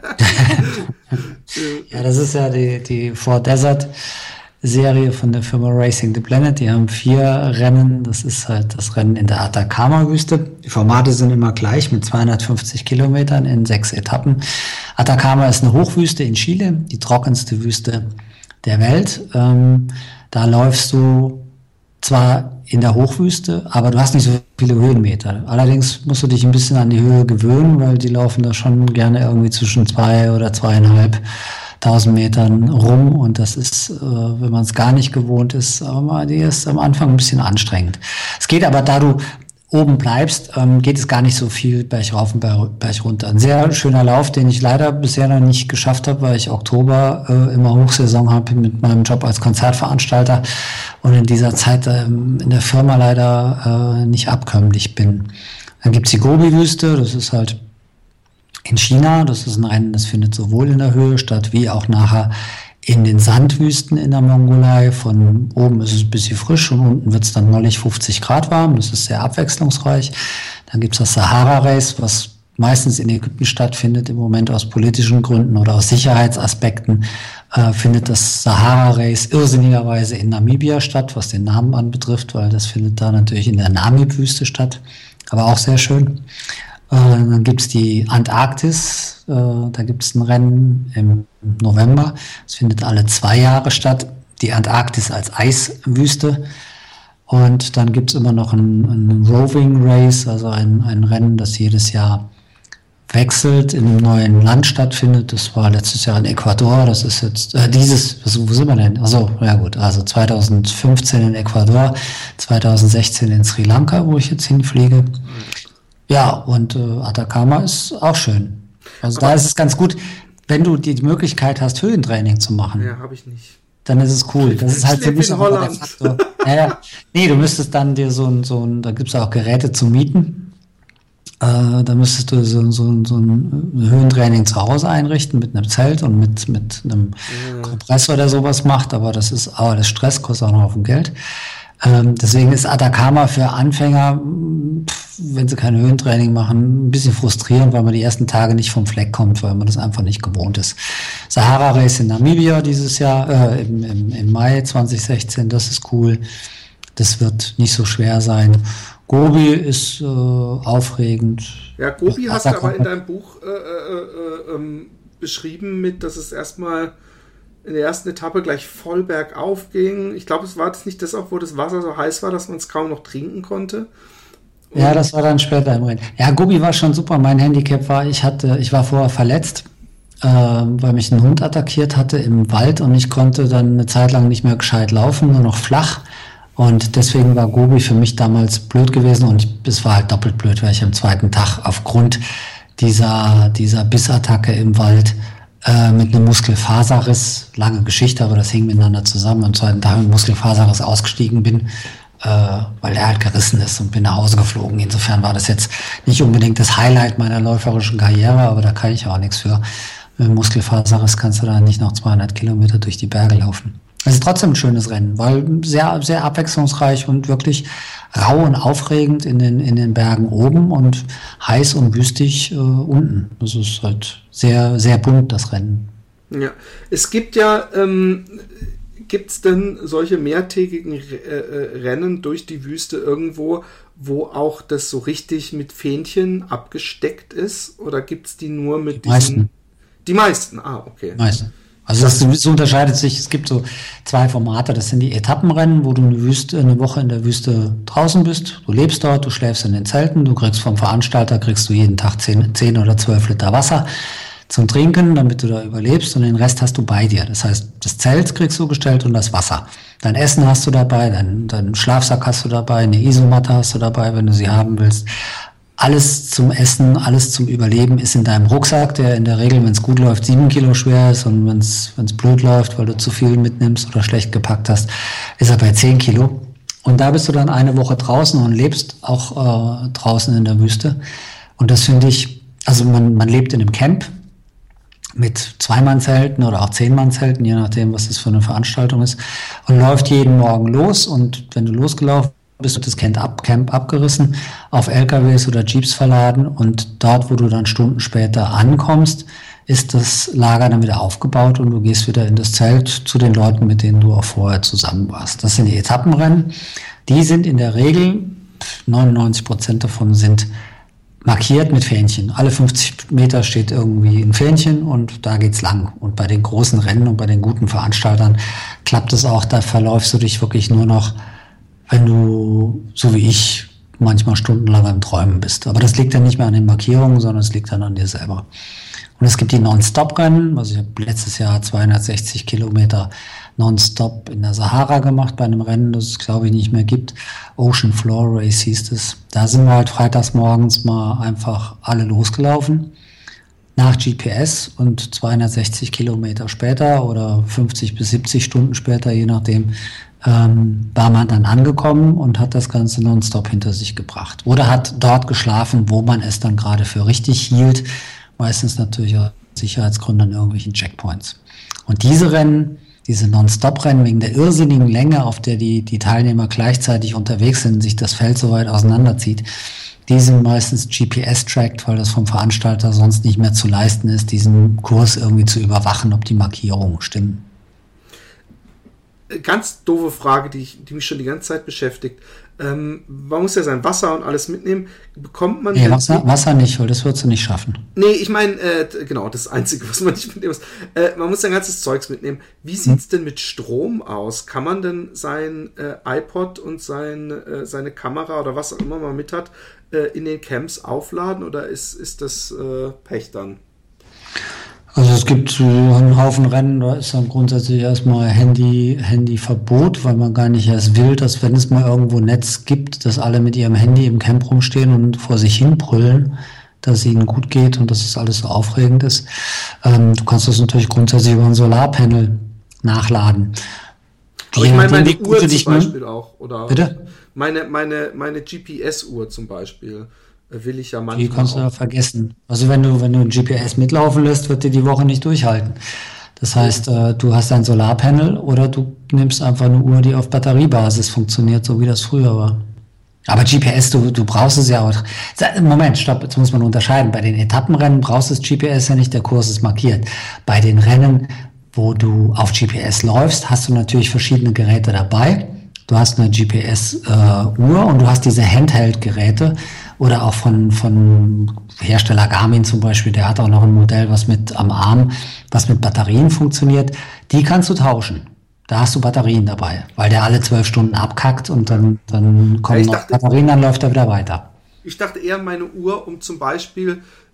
Ja, das ist ja die Four Desert Serie von der Firma Racing the Planet. Die haben 4 Rennen. Das ist halt das Rennen in der Atacama-Wüste. Die Formate sind immer gleich mit 250 Kilometern in 6 Etappen. Atacama ist eine Hochwüste in Chile, die trockenste Wüste der Welt. Da läufst du zwar in der Hochwüste, aber du hast nicht so viele Höhenmeter. Allerdings musst du dich ein bisschen an die Höhe gewöhnen, weil die laufen da schon gerne irgendwie zwischen 2 oder 2.500 Metern rum und das ist, wenn man es gar nicht gewohnt ist, die ist am Anfang ein bisschen anstrengend. Es geht aber, da du oben bleibst, geht es gar nicht so viel bergauf und berg runter. Ein sehr schöner Lauf, den ich leider bisher noch nicht geschafft habe, weil ich Oktober immer Hochsaison habe mit meinem Job als Konzertveranstalter und in dieser Zeit in der Firma leider nicht abkömmlich bin. Dann gibt's die Gobi-Wüste, das ist halt in China, das ist ein Rennen, das findet sowohl in der Höhe statt, wie auch nachher in den Sandwüsten in der Mongolei. Von oben ist es ein bisschen frisch und unten wird es dann mollig 50 Grad warm. Das ist sehr abwechslungsreich. Dann gibt es das Sahara-Race, was meistens in Ägypten stattfindet. Im Moment aus politischen Gründen oder aus Sicherheitsaspekten findet das Sahara-Race irrsinnigerweise in Namibia statt, was den Namen anbetrifft, weil das findet da natürlich in der Namib-Wüste statt. Aber auch sehr schön. Dann gibt's die Antarktis, da gibt's ein Rennen im November. Es findet alle 2 Jahre statt. Die Antarktis als Eiswüste. Und dann gibt's immer noch ein Roving Race, also ein Rennen, das jedes Jahr wechselt, in einem neuen Land stattfindet. Das war letztes Jahr in Ecuador, das ist jetzt wo sind wir denn? Also ja gut, also 2015 in Ecuador, 2016 in Sri Lanka, wo ich jetzt hinfliege. Ja, und Atacama ist auch schön. Also aber da ist es ganz gut, wenn du die Möglichkeit hast, Höhentraining zu machen. Ja, habe ich nicht. Dann ist es cool. Das ist halt für mich auch der Faktor. Nee, du müsstest dann dir da gibt's auch Geräte zum Mieten. Da müsstest du so ein Höhentraining zu Hause einrichten mit einem Zelt und mit einem Kompressor, der sowas macht. Aber das ist das Stress, kostet auch noch auf Geld. Deswegen ist Atacama für Anfänger, wenn sie kein Höhentraining machen, ein bisschen frustrierend, weil man die ersten Tage nicht vom Fleck kommt, weil man das einfach nicht gewohnt ist. Sahara Race in Namibia dieses Jahr, im Mai 2016, das ist cool. Das wird nicht so schwer sein. Gobi ist aufregend. Ja, Gobi hast du aber in deinem Buch beschrieben dass es erstmal in der ersten Etappe gleich voll bergauf ging. Ich glaube, es war jetzt nicht das auch, wo das Wasser so heiß war, dass man es kaum noch trinken konnte. Ja, das war dann später im Rennen. Ja, Gobi war schon super. Mein Handicap war, ich war vorher verletzt weil mich ein Hund attackiert hatte im Wald und ich konnte dann eine Zeit lang nicht mehr gescheit laufen, nur noch flach. Und deswegen war Gobi für mich damals blöd gewesen und es war halt doppelt blöd, weil ich am zweiten Tag aufgrund dieser Bissattacke im Wald mit einem Muskelfaserriss, lange Geschichte, aber das hing miteinander zusammen, am zweiten Tag mit einem Muskelfaserriss ausgestiegen bin, weil er halt gerissen ist und bin nach Hause geflogen. Insofern war das jetzt nicht unbedingt das Highlight meiner läuferischen Karriere, aber da kann ich auch nichts für. Mit dem Muskelfaserriss kannst du da nicht noch 200 Kilometer durch die Berge laufen. Es ist trotzdem ein schönes Rennen, weil sehr, sehr abwechslungsreich und wirklich rau und aufregend in den Bergen oben und heiß und wüstig unten. Das ist halt sehr, sehr bunt, das Rennen. Ja, es gibt ja, gibt's denn solche mehrtägigen Rennen durch die Wüste irgendwo, wo auch das so richtig mit Fähnchen abgesteckt ist? Oder gibt's die nur mit die meisten? Die meisten, okay. Die meisten. Also das unterscheidet sich, es gibt so 2 Formate, das sind die Etappenrennen, wo du eine Woche in der Wüste draußen bist, du lebst dort, du schläfst in den Zelten, du kriegst vom Veranstalter, jeden Tag 10 oder 12 Liter Wasser zum Trinken, damit du da überlebst und den Rest hast du bei dir. Das heißt, das Zelt kriegst du gestellt und das Wasser. Dein Essen hast du dabei, deinen Schlafsack hast du dabei, eine Isomatte hast du dabei, wenn du sie haben willst. Alles zum Essen, alles zum Überleben ist in deinem Rucksack, der in der Regel, wenn es gut läuft, 7 Kilo schwer ist und wenn es blöd läuft, weil du zu viel mitnimmst oder schlecht gepackt hast, ist er bei 10 Kilo. Und da bist du dann eine Woche draußen und lebst auch draußen in der Wüste. Und das finde ich, also man lebt in einem Camp mit 2-Mann-Zelten oder auch 10-Mann-Zelten, je nachdem, was das für eine Veranstaltung ist, und läuft jeden Morgen los. Und wenn du losgelaufen bist, wird das Camp abgerissen, auf LKWs oder Jeeps verladen und dort, wo du dann Stunden später ankommst, ist das Lager dann wieder aufgebaut und du gehst wieder in das Zelt zu den Leuten, mit denen du auch vorher zusammen warst. Das sind die Etappenrennen. Die sind in der Regel, 99% davon sind markiert mit Fähnchen. Alle 50 Meter steht irgendwie ein Fähnchen und da geht's lang. Und bei den großen Rennen und bei den guten Veranstaltern klappt es auch, da verläufst du dich wirklich nur noch, wenn du, so wie ich, manchmal stundenlang am Träumen bist. Aber das liegt dann nicht mehr an den Markierungen, sondern es liegt dann an dir selber. Und es gibt die Non-Stop-Rennen. Also ich habe letztes Jahr 260 Kilometer Non-Stop in der Sahara gemacht bei einem Rennen, das es, glaube ich, nicht mehr gibt. Ocean Floor Race hieß es. Da sind wir halt freitags morgens mal einfach alle losgelaufen. Nach GPS und 260 Kilometer später oder 50 bis 70 Stunden später, je nachdem, war man dann angekommen und hat das Ganze nonstop hinter sich gebracht. Oder hat dort geschlafen, wo man es dann gerade für richtig hielt. Meistens natürlich aus Sicherheitsgründen an irgendwelchen Checkpoints. Und diese Rennen, diese Non-Stop-Rennen wegen der irrsinnigen Länge, auf der die Teilnehmer gleichzeitig unterwegs sind, sich das Feld so weit auseinanderzieht, die sind meistens GPS-tracked, weil das vom Veranstalter sonst nicht mehr zu leisten ist, diesen Kurs irgendwie zu überwachen, ob die Markierungen stimmen. Ganz doofe Frage, die mich schon die ganze Zeit beschäftigt. Man muss ja sein Wasser und alles mitnehmen. Bekommt man... Nee, Wasser nicht, weil das würdest du nicht schaffen. Nee, ich meine, genau, das Einzige, was man nicht mitnehmen muss. Man muss sein ganzes Zeugs mitnehmen. Wie sieht's denn mit Strom aus? Kann man denn sein iPod und seine Kamera oder was auch immer man mit hat, in den Camps aufladen oder ist das Pech dann? Also es gibt so einen Haufen Rennen, da ist dann grundsätzlich erstmal Handyverbot, weil man gar nicht erst will, dass wenn es mal irgendwo Netz gibt, dass alle mit ihrem Handy im Camp rumstehen und vor sich hin brüllen, dass es ihnen gut geht und dass es alles so aufregend ist. Du kannst das natürlich grundsätzlich über ein Solarpanel nachladen. Aber ich meine Uhr zum Beispiel auch. Oder bitte? Meine GPS-Uhr zum Beispiel. Will ich ja manchmal. Die kannst du ja vergessen. Also wenn du ein GPS mitlaufen lässt, wird dir die Woche nicht durchhalten. Das heißt, du hast ein Solarpanel oder du nimmst einfach eine Uhr, die auf Batteriebasis funktioniert, so wie das früher war. Aber GPS, du brauchst es ja auch. Moment, stopp, jetzt muss man unterscheiden. Bei den Etappenrennen brauchst du das GPS ja nicht, der Kurs ist markiert. Bei den Rennen, wo du auf GPS läufst, hast du natürlich verschiedene Geräte dabei. Du hast eine GPS-Uhr und du hast diese Handheld-Geräte oder auch von Hersteller Garmin zum Beispiel, der hat auch noch ein Modell, was am Arm, was mit Batterien funktioniert. Die kannst du tauschen. Da hast du Batterien dabei, weil der alle 12 Stunden abkackt und dann kommen Batterien, dann läuft er wieder weiter. Ich dachte eher meine Uhr, um zum Beispiel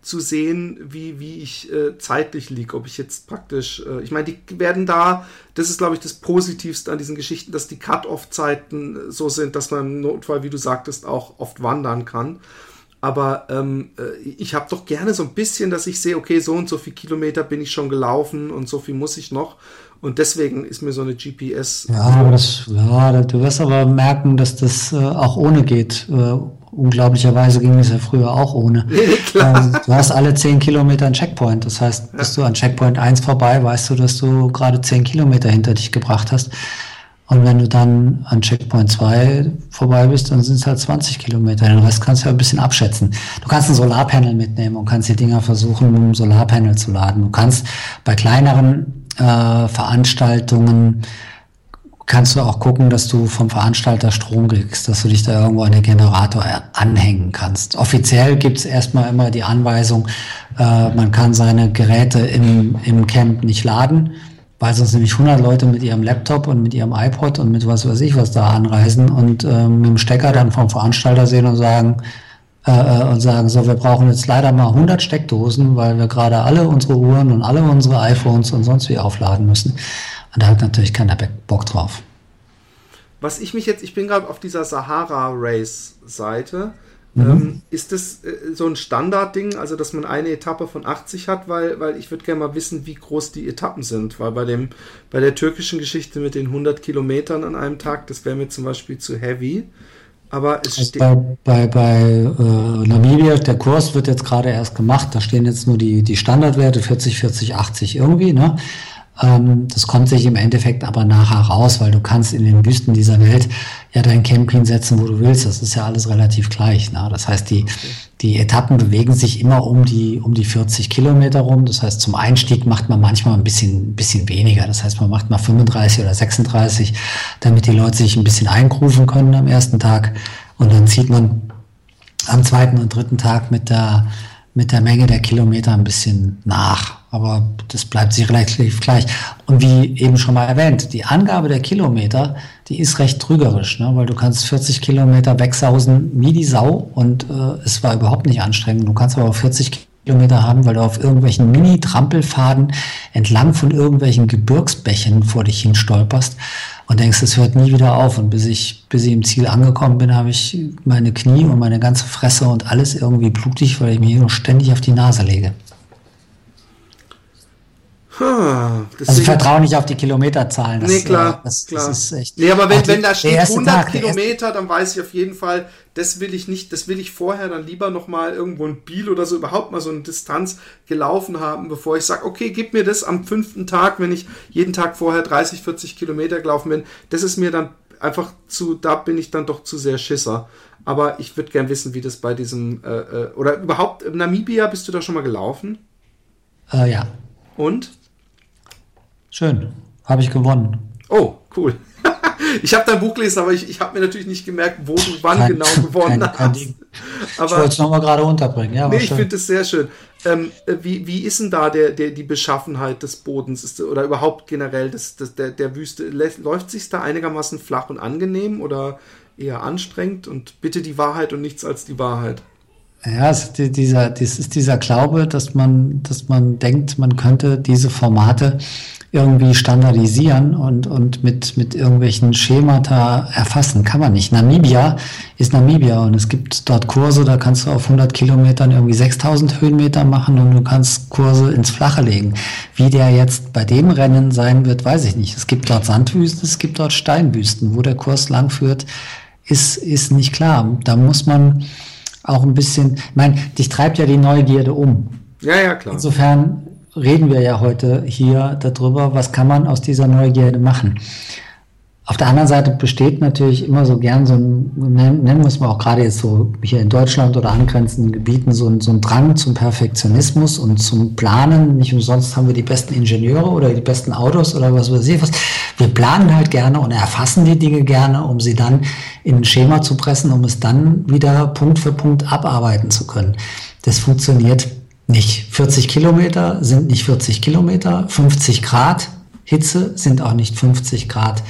zu sehen, wie ich zeitlich liege, ob ich jetzt praktisch, ich meine, die werden da, das ist, glaube ich, das Positivste an diesen Geschichten, dass die Cut-Off-Zeiten so sind, dass man im Notfall, wie du sagtest, auch oft wandern kann. Aber ich habe doch gerne so ein bisschen, dass ich sehe, okay, so und so viel Kilometer bin ich schon gelaufen und so viel muss ich noch. Und deswegen ist mir so eine GPS... Ja, aber du wirst aber merken, dass das auch ohne geht. Unglaublicherweise ging es ja früher auch ohne. Klar. Du hast alle 10 Kilometer einen Checkpoint. Das heißt, bist du an Checkpoint 1 vorbei, weißt du, dass du gerade 10 Kilometer hinter dich gebracht hast. Und wenn du dann an Checkpoint 2 vorbei bist, dann sind es halt 20 Kilometer. Den Rest kannst du ja ein bisschen abschätzen. Du kannst ein Solarpanel mitnehmen und kannst die Dinger versuchen, mit einem Solarpanel zu laden. Du kannst bei kleineren Veranstaltungen kannst du auch gucken, dass du vom Veranstalter Strom kriegst, dass du dich da irgendwo an den Generator anhängen kannst. Offiziell gibt's erstmal immer die Anweisung, man kann seine Geräte im Camp nicht laden, weil sonst nämlich 100 Leute mit ihrem Laptop und mit ihrem iPod und mit was weiß ich was da anreisen und mit dem Stecker dann vom Veranstalter sehen und sagen, so, wir brauchen jetzt leider mal 100 Steckdosen, weil wir gerade alle unsere Uhren und alle unsere iPhones und sonst wie aufladen müssen. Und da hat natürlich keiner Bock drauf. Was ich bin gerade auf dieser Sahara-Race-Seite. Ist das so ein Standardding, also dass man eine Etappe von 80 hat, weil ich würde gerne mal wissen, wie groß die Etappen sind, weil bei der türkischen Geschichte mit den 100 Kilometern an einem Tag, das wäre mir zum Beispiel zu heavy. Aber es steht bei Namibia, der Kurs wird jetzt gerade erst gemacht, da stehen jetzt nur die Standardwerte 40, 40, 80 irgendwie, ne? Das kommt sich im Endeffekt aber nachher raus, weil du kannst in den Wüsten dieser Welt ja dein Camp hinsetzen, wo du willst. Das ist ja alles relativ gleich, ne? Das heißt, die Etappen bewegen sich immer um die 40 Kilometer rum. Das heißt, zum Einstieg macht man manchmal ein bisschen weniger. Das heißt, man macht mal 35 oder 36, damit die Leute sich ein bisschen eingrufen können am ersten Tag. Und dann zieht man am zweiten und dritten Tag mit der Menge der Kilometer ein bisschen nach. Aber das bleibt sich relativ gleich. Und wie eben schon mal erwähnt, die Angabe der Kilometer, die ist recht trügerisch, ne? Weil du kannst 40 Kilometer wegsausen wie die Sau und es war überhaupt nicht anstrengend. Du kannst aber auch 40 Kilometer haben, weil du auf irgendwelchen Mini-Trampelfaden entlang von irgendwelchen Gebirgsbächen vor dich hin stolperst und denkst, es hört nie wieder auf. Und bis ich im Ziel angekommen bin, habe ich meine Knie und meine ganze Fresse und alles irgendwie blutig, weil ich mir hier ständig auf die Nase lege. Also vertraue nicht auf die Kilometerzahlen. Klar. Das ist echt. Nee, aber wenn da steht 100 Kilometer, dann weiß ich auf jeden Fall, das will ich nicht, das will ich vorher dann lieber nochmal irgendwo ein Biel oder so überhaupt mal so eine Distanz gelaufen haben, bevor ich sage, okay, gib mir das am 5. Tag, wenn ich jeden Tag vorher 30, 40 Kilometer gelaufen bin. Das ist mir dann einfach da bin ich dann doch zu sehr Schisser. Aber ich würde gern wissen, wie das bei diesem, oder überhaupt, Namibia, bist du da schon mal gelaufen? Ja. Und? Schön. Habe ich gewonnen. Oh, cool. Ich habe dein Buch gelesen, aber ich habe mir natürlich nicht gemerkt, wo du wann genau gewonnen hast. Aber ich wollte es nochmal gerade unterbringen. Ja, ich finde es sehr schön. Wie ist denn da die Beschaffenheit des Bodens oder überhaupt generell der Wüste? Läuft sich da einigermaßen flach und angenehm oder eher anstrengend? Und bitte die Wahrheit und nichts als die Wahrheit. Ja, es ist dieser Glaube, dass man denkt, man könnte diese Formate irgendwie standardisieren und mit irgendwelchen Schemata erfassen. Kann man nicht. Namibia ist Namibia und es gibt dort Kurse, da kannst du auf 100 Kilometern irgendwie 6000 Höhenmeter machen und du kannst Kurse ins Flache legen. Wie der jetzt bei dem Rennen sein wird, weiß ich nicht. Es gibt dort Sandwüsten, es gibt dort Steinwüsten. Wo der Kurs lang führt, ist nicht klar. Da muss man auch ein bisschen, ich meine, dich treibt ja die Neugierde um. Ja, klar. Insofern reden wir ja heute hier darüber, was kann man aus dieser Neugierde machen. Auf der anderen Seite besteht natürlich immer so gern so ein, nennen wir es mal auch gerade jetzt so hier in Deutschland oder angrenzenden Gebieten, so ein Drang zum Perfektionismus und zum Planen. Nicht umsonst haben wir die besten Ingenieure oder die besten Autos oder was weiß ich was. Wir planen halt gerne und erfassen die Dinge gerne, um sie dann in ein Schema zu pressen, um es dann wieder Punkt für Punkt abarbeiten zu können. Das funktioniert nicht. 40 Kilometer sind nicht 40 Kilometer, 50 Grad Hitze sind auch nicht 50 Grad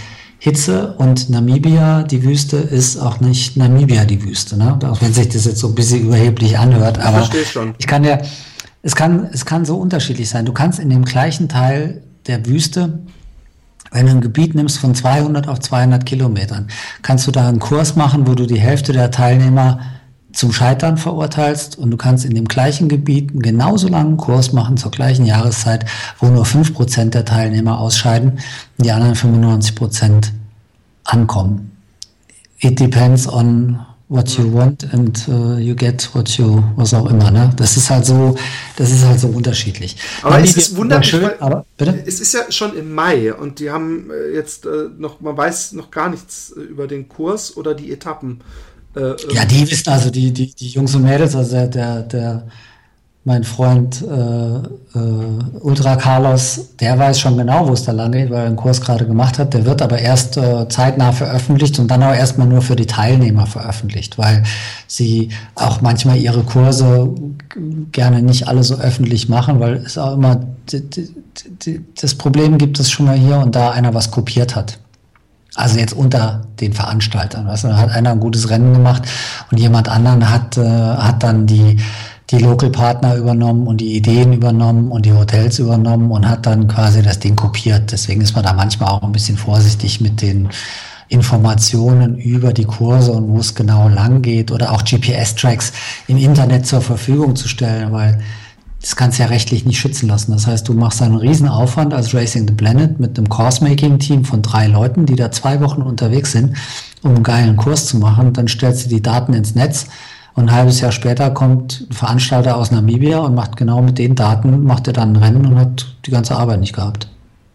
Hitze und Namibia, die Wüste, ist auch nicht Namibia die Wüste, ne? Auch wenn sich das jetzt so ein bisschen überheblich anhört, aber Ich verstehe schon. es kann so unterschiedlich sein. Du kannst in dem gleichen Teil der Wüste, wenn du ein Gebiet nimmst von 200 auf 200 Kilometern, kannst du da einen Kurs machen, wo du die Hälfte der Teilnehmer zum Scheitern verurteilst, und du kannst in dem gleichen Gebiet einen genauso langen Kurs machen zur gleichen Jahreszeit, wo nur 5% der Teilnehmer ausscheiden und die anderen 95% ankommen. It depends on what you want and you get was auch immer, ne? Das ist halt so unterschiedlich. Aber es ist wunderlich, schön, aber bitte? Es ist ja schon im Mai und die haben jetzt man weiß noch gar nichts über den Kurs oder die Etappen. Ja, die wissen, also die Jungs und Mädels, also mein Freund Ultra Carlos, der weiß schon genau, wo es da lang geht, weil er einen Kurs gerade gemacht hat. Der wird aber erst zeitnah veröffentlicht und dann auch erstmal nur für die Teilnehmer veröffentlicht, weil sie auch manchmal ihre Kurse gerne nicht alle so öffentlich machen, weil es auch immer das Problem gibt, dass schon mal hier und da einer was kopiert hat. Also jetzt unter den Veranstaltern. Weißt du, da hat einer ein gutes Rennen gemacht und jemand anderen hat dann die Local-Partner übernommen und die Ideen übernommen und die Hotels übernommen und hat dann quasi das Ding kopiert. Deswegen ist man da manchmal auch ein bisschen vorsichtig mit den Informationen über die Kurse und wo es genau lang geht oder auch GPS-Tracks im Internet zur Verfügung zu stellen, weil das kannst du ja rechtlich nicht schützen lassen. Das heißt, du machst einen riesen Aufwand als Racing the Planet mit einem Course-Making-Team von 3 Leuten, die da 2 Wochen unterwegs sind, um einen geilen Kurs zu machen. Dann stellst du die Daten ins Netz und ein halbes Jahr später kommt ein Veranstalter aus Namibia und macht genau mit den Daten, macht er dann ein Rennen und hat die ganze Arbeit nicht gehabt.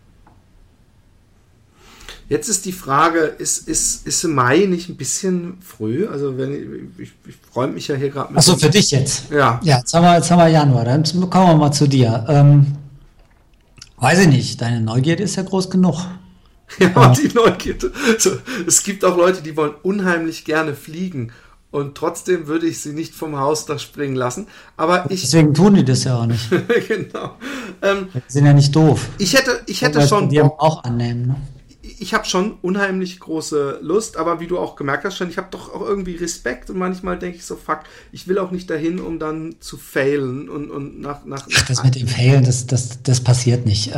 Jetzt ist die Frage, ist im Mai nicht ein bisschen früh? Also ich freue mich ja hier gerade mit. Achso, für dich jetzt? Ja. Ja, jetzt haben wir Januar, dann kommen wir mal zu dir. Weiß ich nicht, deine Neugierde ist ja groß genug. Ja, die Neugierde. Also, es gibt auch Leute, die wollen unheimlich gerne fliegen und trotzdem würde ich sie nicht vom Hausdach springen lassen. Aber deswegen tun die das ja auch nicht. Genau. Die sind ja nicht doof. Ich hätte schon die auch annehmen, ne? Ich habe schon unheimlich große Lust, aber wie du auch gemerkt hast, ich habe doch auch irgendwie Respekt und manchmal denke ich so, fuck, ich will auch nicht dahin, um dann zu failen und nach das mit dem Failen, das passiert nicht.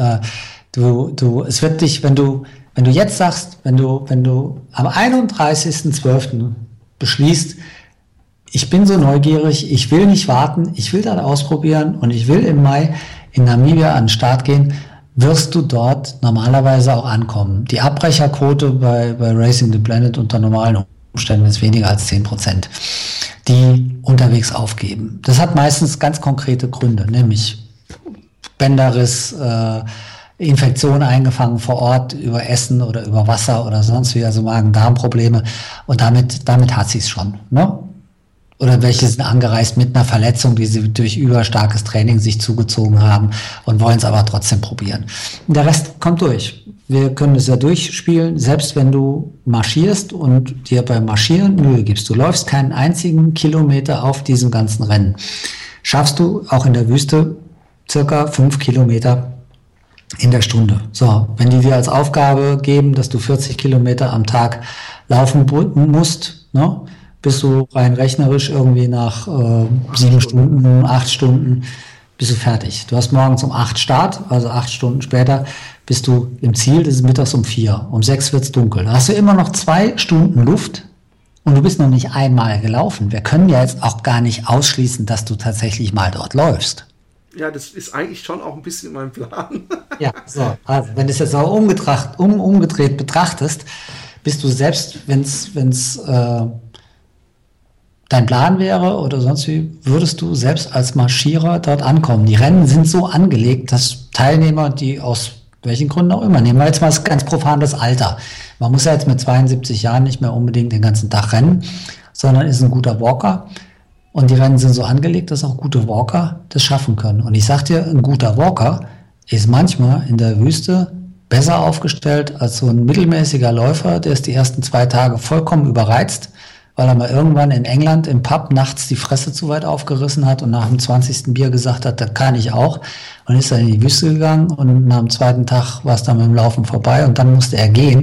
Es wird dich, wenn du jetzt sagst, wenn du am 31.12. beschließt, ich bin so neugierig, ich will nicht warten, ich will das ausprobieren und ich will im Mai in Namibia an den Start gehen, wirst du dort normalerweise auch ankommen. Die Abbrecherquote bei Racing the Planet unter normalen Umständen ist weniger als 10%, die unterwegs aufgeben. Das hat meistens ganz konkrete Gründe, nämlich Bänderriss, Infektion eingefangen vor Ort über Essen oder über Wasser oder sonst wie, also Magen-Darm-Probleme, und damit hat sie es schon, ne? Oder welche sind angereist mit einer Verletzung, die sie durch überstarkes Training sich zugezogen haben und wollen es aber trotzdem probieren. Und der Rest kommt durch. Wir können es ja durchspielen, selbst wenn du marschierst und dir beim Marschieren Mühe gibst. Du läufst keinen einzigen Kilometer auf diesem ganzen Rennen. Schaffst du auch in der Wüste circa 5 Kilometer in der Stunde. So, wenn die dir als Aufgabe geben, dass du 40 Kilometer am Tag laufen musst, ne? Bist du rein rechnerisch irgendwie nach 7 Stunden, 8 Stunden, bist du fertig. Du hast morgens um 8 Start, also 8 Stunden später bist du im Ziel, das ist mittags um 4. Um 6 wird's dunkel. Da hast du immer noch 2 Stunden Luft und du bist noch nicht einmal gelaufen. Wir können ja jetzt auch gar nicht ausschließen, dass du tatsächlich mal dort läufst. Ja, das ist eigentlich schon auch ein bisschen mein Plan. Ja, so. Also wenn du es jetzt auch umgedreht betrachtest, bist du selbst, wenn's dein Plan wäre oder sonst wie, würdest du selbst als Marschierer dort ankommen. Die Rennen sind so angelegt, dass Teilnehmer, die aus welchen Gründen auch immer, nehmen wir jetzt mal ganz profan das Alter. Man muss ja jetzt mit 72 Jahren nicht mehr unbedingt den ganzen Tag rennen, sondern ist ein guter Walker. Und die Rennen sind so angelegt, dass auch gute Walker das schaffen können. Und ich sag dir, ein guter Walker ist manchmal in der Wüste besser aufgestellt als so ein mittelmäßiger Läufer, der ist die ersten 2 Tage vollkommen überreizt, weil er mal irgendwann in England im Pub nachts die Fresse zu weit aufgerissen hat und nach dem 20. Bier gesagt hat, das kann ich auch. Und ist dann in die Wüste gegangen und nach dem 2. Tag war es dann mit dem Laufen vorbei und dann musste er gehen.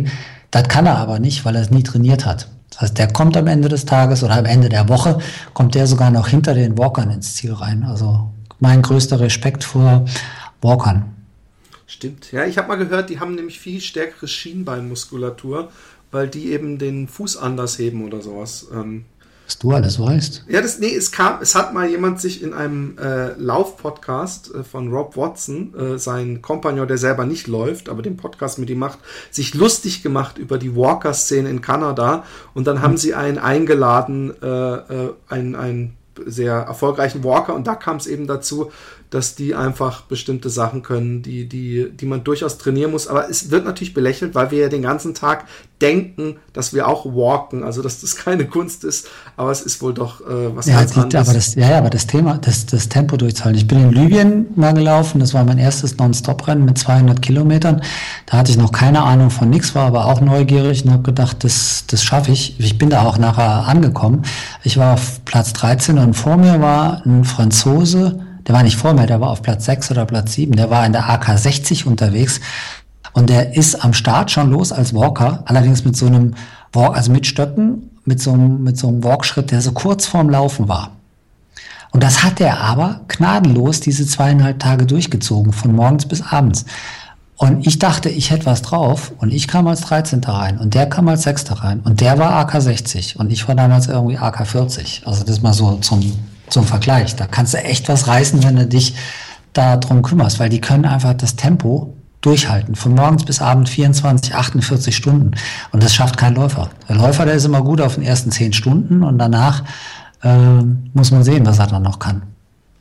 Das kann er aber nicht, weil er es nie trainiert hat. Das heißt, der kommt am Ende des Tages oder am Ende der Woche, kommt der sogar noch hinter den Walkern ins Ziel rein. Also mein größter Respekt vor Walkern. Stimmt. Ja, ich habe mal gehört, die haben nämlich viel stärkere Schienbeinmuskulatur, weil die eben den Fuß anders heben oder sowas. Was du alles weißt. Ja, es hat mal jemand sich in einem Lauf-Podcast von Rob Watson, sein Kompagnon, der selber nicht läuft, aber den Podcast mit ihm macht, sich lustig gemacht über die Walker-Szene in Kanada, und dann haben sie einen eingeladen, einen sehr erfolgreichen Walker, und da kam es eben dazu, dass die einfach bestimmte Sachen können, die man durchaus trainieren muss. Aber es wird natürlich belächelt, weil wir ja den ganzen Tag denken, dass wir auch walken, also dass das keine Kunst ist, aber es ist wohl doch was ganz anderes. Aber das Thema, das Tempo durchzuhalten. Ich bin in Libyen mal gelaufen, das war mein erstes Non-Stop-Rennen mit 200 Kilometern. Da hatte ich noch keine Ahnung von nichts, war aber auch neugierig und habe gedacht, das schaffe ich. Ich bin da auch nachher angekommen. Ich war auf Platz 13 und vor mir war ein Franzose. Der war nicht vor mir, der war auf Platz 6 oder Platz 7. Der war in der AK 60 unterwegs. Und der ist am Start schon los als Walker, allerdings mit so einem Walk, also mit Stöcken, mit so einem Walkschritt, der so kurz vorm Laufen war. Und das hat er aber gnadenlos diese 2,5 Tage durchgezogen, von morgens bis abends. Und ich dachte, ich hätte was drauf, und ich kam als 13. rein und der kam als 6. rein und der war AK 60 und ich war damals irgendwie AK 40. Also das mal so zum Vergleich. Da kannst du echt was reißen, wenn du dich da drum kümmerst, weil die können einfach das Tempo durchhalten. Von morgens bis abends 24, 48 Stunden. Und das schafft kein Läufer. Der Läufer, der ist immer gut auf den ersten 10 Stunden und danach muss man sehen, was er dann noch kann.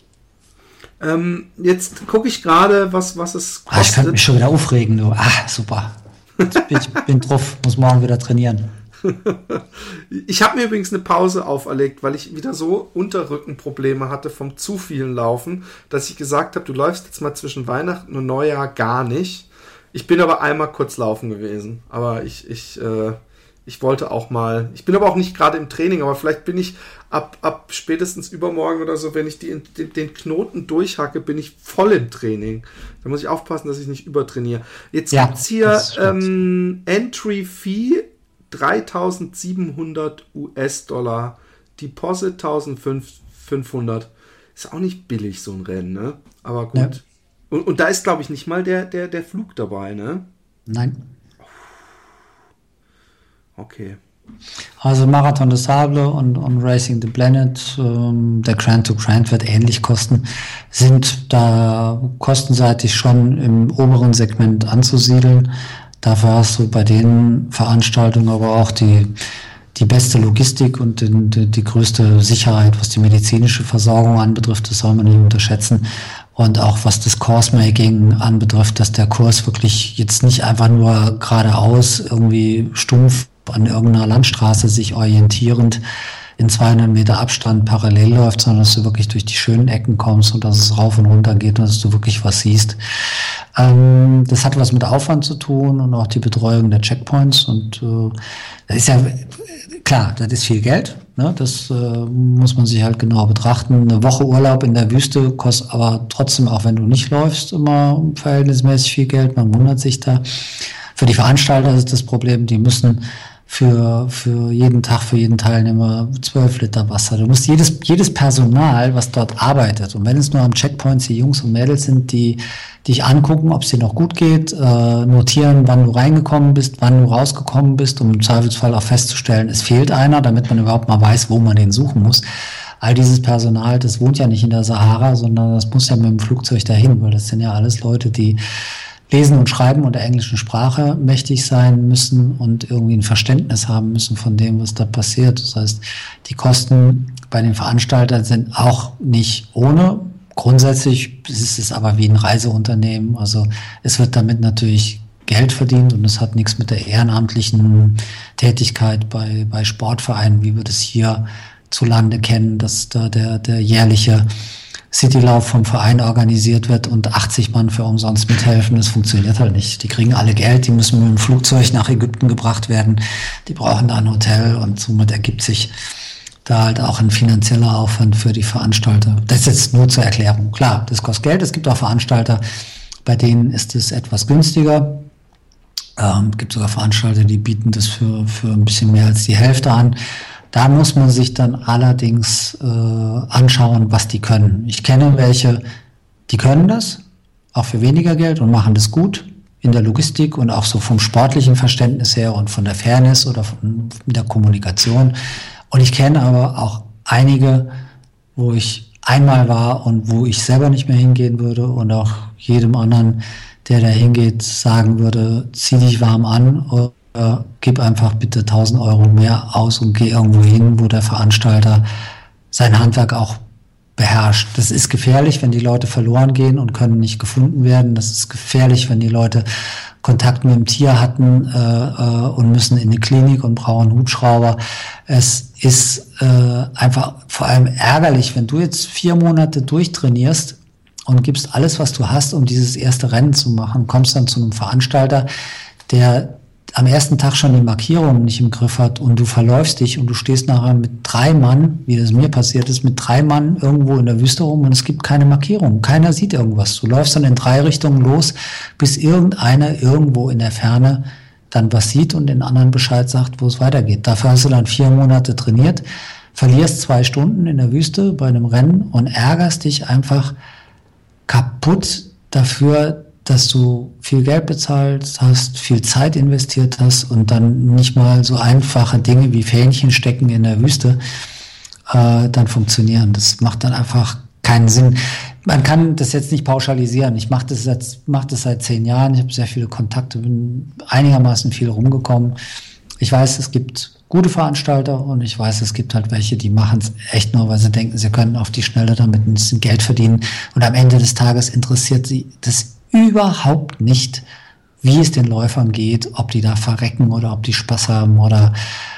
Jetzt gucke ich gerade, was es kostet. Ich könnte mich schon wieder aufregen, du. Super. Ich bin drauf, muss morgen wieder trainieren. Ich habe mir übrigens eine Pause auferlegt, weil ich wieder so Unterrückenprobleme hatte vom zu vielen Laufen, dass ich gesagt habe, du läufst jetzt mal zwischen Weihnachten und Neujahr gar nicht. Ich bin aber einmal kurz laufen gewesen, aber ich wollte auch mal, ich bin aber auch nicht gerade im Training, aber vielleicht bin ich ab spätestens übermorgen oder so, wenn ich den Knoten durchhacke, bin ich voll im Training. Da muss ich aufpassen, dass ich nicht übertrainiere. Jetzt gibt's hier Entry Fee 3.700 US-Dollar, Deposit 1.500. Ist auch nicht billig, so ein Rennen, ne? Aber gut. Ja. Und da ist, glaube ich, nicht mal der Flug dabei, ne? Nein. Okay. Also Marathon des Sable und Racing the Planet, der Grand to Grand wird ähnlich kosten, sind da kostenseitig schon im oberen Segment anzusiedeln. Dafür hast du bei den Veranstaltungen aber auch die beste Logistik und die größte Sicherheit, was die medizinische Versorgung anbetrifft. Das soll man nicht unterschätzen. Und auch was das Course-Making anbetrifft, dass der Kurs wirklich jetzt nicht einfach nur geradeaus irgendwie stumpf an irgendeiner Landstraße sich orientierend in 200 Meter Abstand parallel läuft, sondern dass du wirklich durch die schönen Ecken kommst und dass es rauf und runter geht und dass du wirklich was siehst. Das hat was mit Aufwand zu tun und auch die Betreuung der Checkpoints. Und das ist ja klar, das ist viel Geld. Ne? Das muss man sich halt genau betrachten. Eine Woche Urlaub in der Wüste kostet aber trotzdem, auch wenn du nicht läufst, immer verhältnismäßig viel Geld. Man wundert sich da. Für die Veranstalter ist das Problem, die müssen für jeden Tag, für jeden Teilnehmer 12 Liter Wasser. Du musst jedes Personal, was dort arbeitet, und wenn es nur am Checkpoint die Jungs und Mädels sind, die dich angucken, ob es dir noch gut geht, notieren, wann du reingekommen bist, wann du rausgekommen bist, um im Zweifelsfall auch festzustellen, es fehlt einer, damit man überhaupt mal weiß, wo man den suchen muss. All dieses Personal, das wohnt ja nicht in der Sahara, sondern das muss ja mit dem Flugzeug dahin, weil das sind ja alles Leute, die lesen und schreiben und der englischen Sprache mächtig sein müssen und irgendwie ein Verständnis haben müssen von dem, was da passiert. Das heißt, die Kosten bei den Veranstaltern sind auch nicht ohne. Grundsätzlich ist es aber wie ein Reiseunternehmen. Also es wird damit natürlich Geld verdient und es hat nichts mit der ehrenamtlichen Tätigkeit bei Sportvereinen, wie wir das hier zu Lande kennen, dass da der jährliche Citylauf vom Verein organisiert wird und 80 Mann für umsonst mithelfen, das funktioniert halt nicht. Die kriegen alle Geld, die müssen mit dem Flugzeug nach Ägypten gebracht werden, die brauchen da ein Hotel und somit ergibt sich da halt auch ein finanzieller Aufwand für die Veranstalter. Das ist jetzt nur zur Erklärung. Klar, das kostet Geld, es gibt auch Veranstalter, bei denen ist es etwas günstiger. Gibt sogar Veranstalter, die bieten das für ein bisschen mehr als die Hälfte an. Da muss man sich dann allerdings anschauen, was die können. Ich kenne welche, die können das, auch für weniger Geld und machen das gut in der Logistik und auch so vom sportlichen Verständnis her und von der Fairness oder von der Kommunikation. Und ich kenne aber auch einige, wo ich einmal war und wo ich selber nicht mehr hingehen würde und auch jedem anderen, der da hingeht, sagen würde, zieh dich warm an oder gib einfach bitte 1.000 Euro mehr aus und geh irgendwo hin, wo der Veranstalter sein Handwerk auch beherrscht. Das ist gefährlich, wenn die Leute verloren gehen und können nicht gefunden werden. Das ist gefährlich, wenn die Leute Kontakt mit dem Tier hatten und müssen in die Klinik und brauchen einen Hubschrauber. Es ist einfach vor allem ärgerlich, wenn du jetzt 4 Monate durchtrainierst und gibst alles, was du hast, um dieses erste Rennen zu machen, kommst dann zu einem Veranstalter, der am ersten Tag schon die Markierungen nicht im Griff hat und du verläufst dich und du stehst nachher mit 3 Mann, wie das mir passiert ist, mit 3 Mann irgendwo in der Wüste rum und es gibt keine Markierung. Keiner sieht irgendwas. Du läufst dann in 3 Richtungen los, bis irgendeiner irgendwo in der Ferne dann was sieht und den anderen Bescheid sagt, wo es weitergeht. Dafür hast du dann 4 Monate trainiert, verlierst 2 Stunden in der Wüste bei einem Rennen und ärgerst dich einfach kaputt dafür, dass du viel Geld bezahlt hast, viel Zeit investiert hast und dann nicht mal so einfache Dinge wie Fähnchen stecken in der Wüste dann funktionieren. Das macht dann einfach keinen Sinn. Man kann das jetzt nicht pauschalisieren. Ich mache das seit 10 Jahren. Ich habe sehr viele Kontakte, bin einigermaßen viel rumgekommen. Ich weiß, es gibt gute Veranstalter und ich weiß, es gibt halt welche, die machen es echt nur, weil sie denken, sie können auf die Schnelle damit ein bisschen Geld verdienen und am Ende des Tages interessiert sie das überhaupt nicht, wie es den Läufern geht, ob die da verrecken oder ob die Spaß haben oder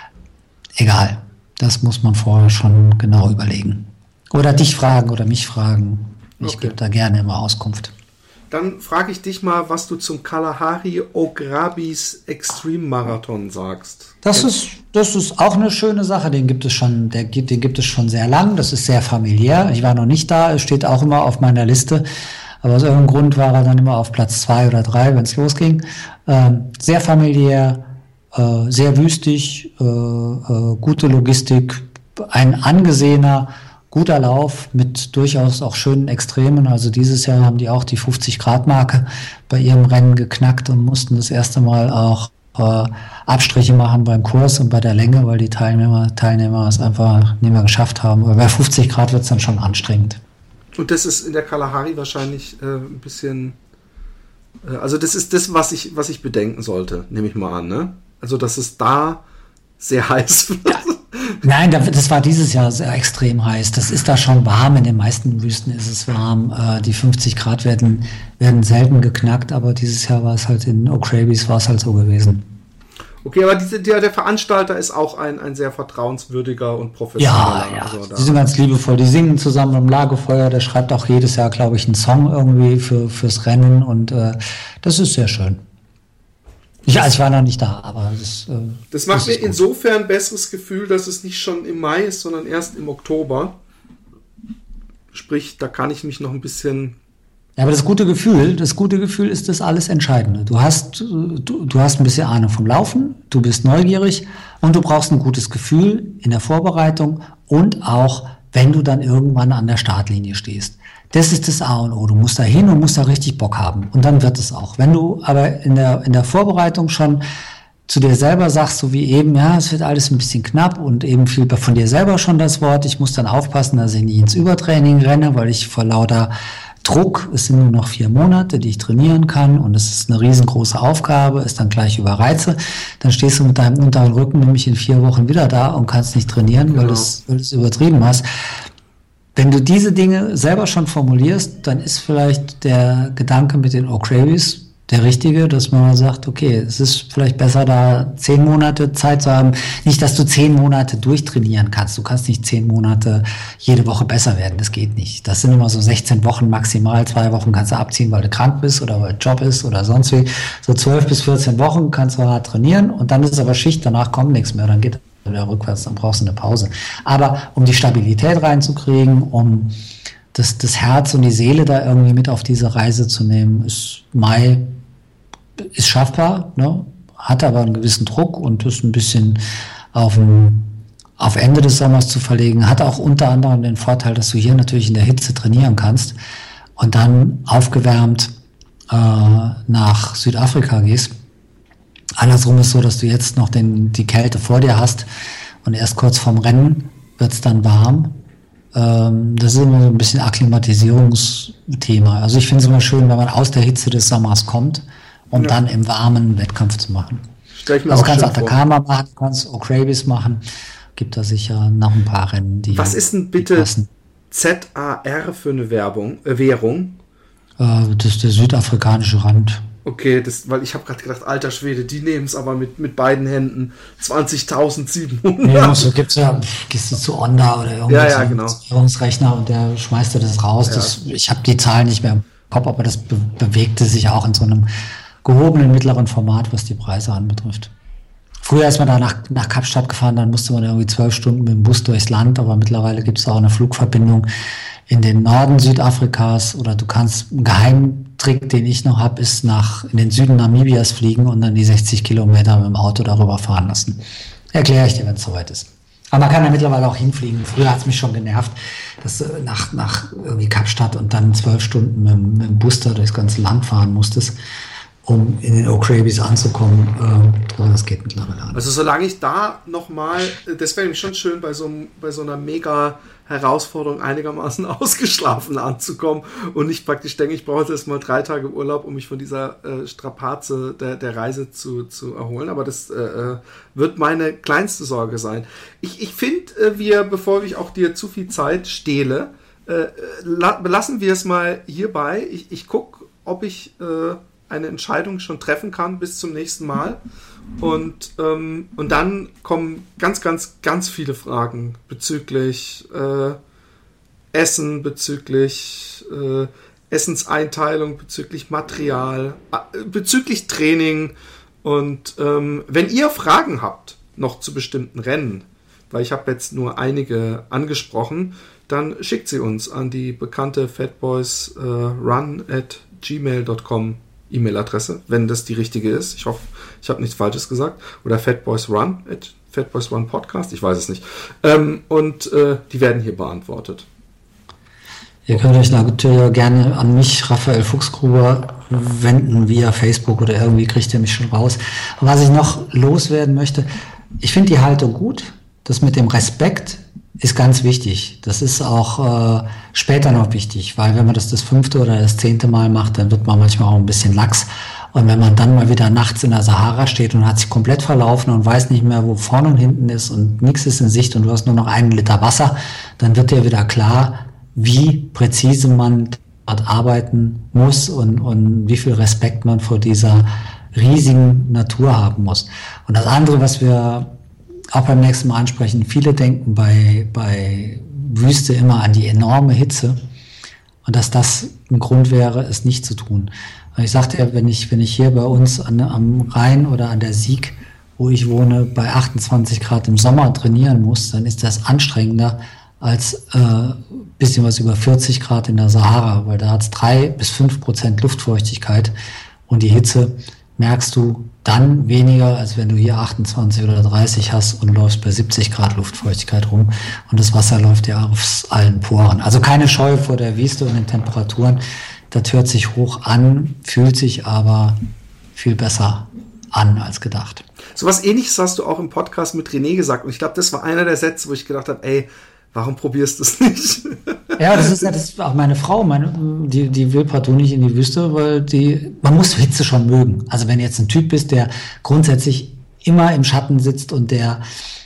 egal. Das muss man vorher schon genau überlegen. Oder dich fragen oder mich fragen. Ich gebe da gerne immer Auskunft. Dann frage ich dich mal, was du zum Kalahari Ograbis Extreme Marathon sagst. Das ist auch eine schöne Sache. Den gibt es schon sehr lang. Das ist sehr familiär. Ich war noch nicht da. Es steht auch immer auf meiner Liste. Aber aus irgendeinem Grund war er dann immer auf Platz 2 oder 3, wenn es losging. Sehr familiär, sehr wüstig, gute Logistik, ein angesehener, guter Lauf mit durchaus auch schönen Extremen. Also dieses Jahr haben die auch die 50-Grad-Marke bei ihrem Rennen geknackt und mussten das erste Mal auch Abstriche machen beim Kurs und bei der Länge, weil die Teilnehmer es einfach nicht mehr geschafft haben. Aber bei 50 Grad wird es dann schon anstrengend. Und das ist in der Kalahari wahrscheinlich ein bisschen, also das ist das, was ich bedenken sollte, nehme ich mal an, ne? Also, dass es da sehr heiß wird. Nein, das war dieses Jahr sehr extrem heiß. Das ist da schon warm. In den meisten Wüsten ist es warm. Die 50 Grad werden selten geknackt, aber dieses Jahr war es halt in O'Grabys war es halt so gewesen. Okay, aber der Veranstalter ist auch ein sehr vertrauenswürdiger und professioneller. Ja, also die sind ganz liebevoll. Die singen zusammen am Lagerfeuer. Der schreibt auch jedes Jahr, glaube ich, einen Song irgendwie fürs Rennen und das ist sehr schön. Ich war noch nicht da, aber das macht mir insofern ein besseres Gefühl, dass es nicht schon im Mai ist, sondern erst im Oktober. Sprich, da kann ich mich noch ein bisschen... Ja, aber das gute Gefühl ist das alles Entscheidende. Du hast ein bisschen Ahnung vom Laufen, du bist neugierig und du brauchst ein gutes Gefühl in der Vorbereitung und auch, wenn du dann irgendwann an der Startlinie stehst. Das ist das A und O. Du musst da hin und musst da richtig Bock haben. Und dann wird es auch. Wenn du aber in der Vorbereitung schon zu dir selber sagst, so wie eben, ja, es wird alles ein bisschen knapp und eben viel von dir selber schon das Wort, ich muss dann aufpassen, dass ich nicht ins Übertraining renne, weil ich vor lauter Druck, es sind nur noch 4 Monate, die ich trainieren kann und es ist eine riesengroße Aufgabe, es dann gleich überreize, dann stehst du mit deinem unteren Rücken nämlich in 4 Wochen wieder da und kannst nicht trainieren, weil du es übertrieben hast. Wenn du diese Dinge selber schon formulierst, dann ist vielleicht der Gedanke mit den O'Grabys der richtige, dass man sagt, okay, es ist vielleicht besser, da 10 Monate Zeit zu haben. Nicht, dass du 10 Monate durchtrainieren kannst. Du kannst nicht 10 Monate jede Woche besser werden. Das geht nicht. Das sind immer so 16 Wochen maximal. 2 Wochen kannst du abziehen, weil du krank bist oder weil Job ist oder sonst wie. So 12 bis 14 Wochen kannst du hart trainieren und dann ist es aber Schicht. Danach kommt nichts mehr. Dann geht wieder rückwärts, dann brauchst du eine Pause. Aber um die Stabilität reinzukriegen, um das Herz und die Seele da irgendwie mit auf diese Reise zu nehmen, ist Mai ist schaffbar, ne? Hat aber einen gewissen Druck und ist ein bisschen auf Ende des Sommers zu verlegen. Hat auch unter anderem den Vorteil, dass du hier natürlich in der Hitze trainieren kannst und dann aufgewärmt nach Südafrika gehst. Andersrum ist so, dass du jetzt noch die Kälte vor dir hast und erst kurz vorm Rennen wird es dann warm. Das ist immer so ein bisschen Akklimatisierungsthema. Also ich finde es immer schön, wenn man aus der Hitze des Sommers kommt, um dann im warmen Wettkampf zu machen. Also kannst Atacama machen, kannst O'Cravis machen. Gibt da sicher noch ein paar Rennen, die. Was ist denn bitte ZAR für eine Währung? Das ist der südafrikanische Rand. Okay, weil ich habe gerade gedacht, alter Schwede, die nehmen es aber mit beiden Händen 20.700. Ja, so gehst du zu Onda oder irgendwas, Währungsrechner und der schmeißt dir das raus. Ja. Ich habe die Zahlen nicht mehr im Kopf, aber das bewegte sich auch in so einem gehobenen mittleren Format, was die Preise anbetrifft. Früher ist man da nach Kapstadt gefahren, dann musste man irgendwie 12 Stunden mit dem Bus durchs Land, aber mittlerweile gibt es auch eine Flugverbindung in den Norden Südafrikas oder du kannst, ein Geheimtrick, den ich noch habe, ist in den Süden Namibias fliegen und dann die 60 Kilometer mit dem Auto darüber fahren lassen. Erkläre ich dir, wenn es soweit ist. Aber man kann da mittlerweile auch hinfliegen. Früher hat es mich schon genervt, dass du nach irgendwie Kapstadt und dann 12 Stunden mit dem Bus da durchs ganze Land fahren musstest, um in den O'Cravis anzukommen. Aber das geht mittlerweile an. Also solange ich da nochmal, das wäre nämlich schon schön, bei so einer mega Herausforderung einigermaßen ausgeschlafen anzukommen und nicht praktisch denke, ich brauche jetzt mal 3 Tage Urlaub, um mich von dieser Strapaze der Reise zu erholen. Aber das wird meine kleinste Sorge sein. Ich finde, bevor ich auch dir zu viel Zeit stehle, belassen wir es mal hierbei. Ich gucke, ob ich eine Entscheidung schon treffen kann bis zum nächsten Mal. Und dann kommen ganz, ganz, ganz viele Fragen bezüglich Essen, bezüglich Essenseinteilung, bezüglich Material, bezüglich Training. Und wenn ihr Fragen habt, noch zu bestimmten Rennen, weil ich habe jetzt nur einige angesprochen, dann schickt sie uns an die bekannte fatboysrun@gmail.com E-Mail-Adresse, wenn das die richtige ist. Ich hoffe, ich habe nichts Falsches gesagt. Oder fatboysrun@fatboysrunpodcast, ich weiß es nicht. Und die werden hier beantwortet. Ihr könnt euch natürlich gerne an mich, Raphael Fuchsgruber, wenden via Facebook oder irgendwie kriegt ihr mich schon raus. Aber was ich noch loswerden möchte, ich finde die Haltung gut. Das mit dem Respekt ist ganz wichtig. Das ist auch später noch wichtig, weil wenn man das 5. oder das 10. Mal macht, dann wird man manchmal auch ein bisschen lax. Und wenn man dann mal wieder nachts in der Sahara steht und hat sich komplett verlaufen und weiß nicht mehr, wo vorne und hinten ist und nichts ist in Sicht und du hast nur noch 1 Liter Wasser, dann wird dir wieder klar, wie präzise man dort arbeiten muss und wie viel Respekt man vor dieser riesigen Natur haben muss. Und das andere, was wir auch beim nächsten Mal ansprechen, viele denken bei Wüste immer an die enorme Hitze und dass das ein Grund wäre, es nicht zu tun. Und ich sagte ja, wenn ich hier bei uns am Rhein oder an der Sieg, wo ich wohne, bei 28 Grad im Sommer trainieren muss, dann ist das anstrengender als bisschen was über 40 Grad in der Sahara, weil da hat es 3-5% Luftfeuchtigkeit und die Hitze merkst du dann weniger, als wenn du hier 28 oder 30 hast und läufst bei 70 Grad Luftfeuchtigkeit rum und das Wasser läuft ja aus allen Poren. Also keine Scheu vor der Wüste und den Temperaturen. Das hört sich hoch an, fühlt sich aber viel besser an als gedacht. So was Ähnliches hast du auch im Podcast mit René gesagt und ich glaube, das war einer der Sätze, wo ich gedacht habe, ey, warum probierst du es nicht? Ja, das ist auch meine Frau, die will partout nicht in die Wüste, weil man muss Hitze schon mögen. Also wenn du jetzt ein Typ bist, der grundsätzlich immer im Schatten sitzt und der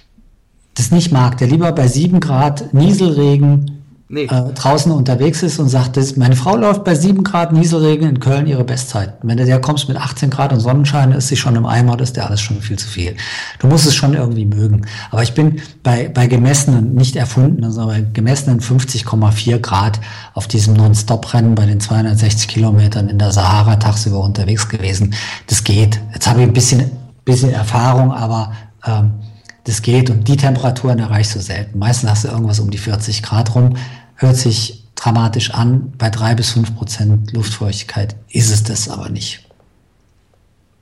das nicht mag, der lieber bei 7 Grad Nieselregen draußen unterwegs ist und sagt, meine Frau läuft bei 7 Grad Nieselregen in Köln ihre Bestzeit. Wenn du der kommst mit 18 Grad und Sonnenschein, ist sie schon im Eimer, das ist der alles schon viel zu viel. Du musst es schon irgendwie mögen. Aber ich bin bei gemessenen, nicht erfundenen, sondern bei gemessenen 50,4 Grad auf diesem Non-Stop-Rennen bei den 260 Kilometern in der Sahara tagsüber unterwegs gewesen. Das geht. Jetzt habe ich ein bisschen Erfahrung, aber das geht und die Temperaturen erreichst du selten. Meistens hast du irgendwas um die 40 Grad rum. Hört sich dramatisch an. Bei 3-5% Luftfeuchtigkeit ist es das aber nicht.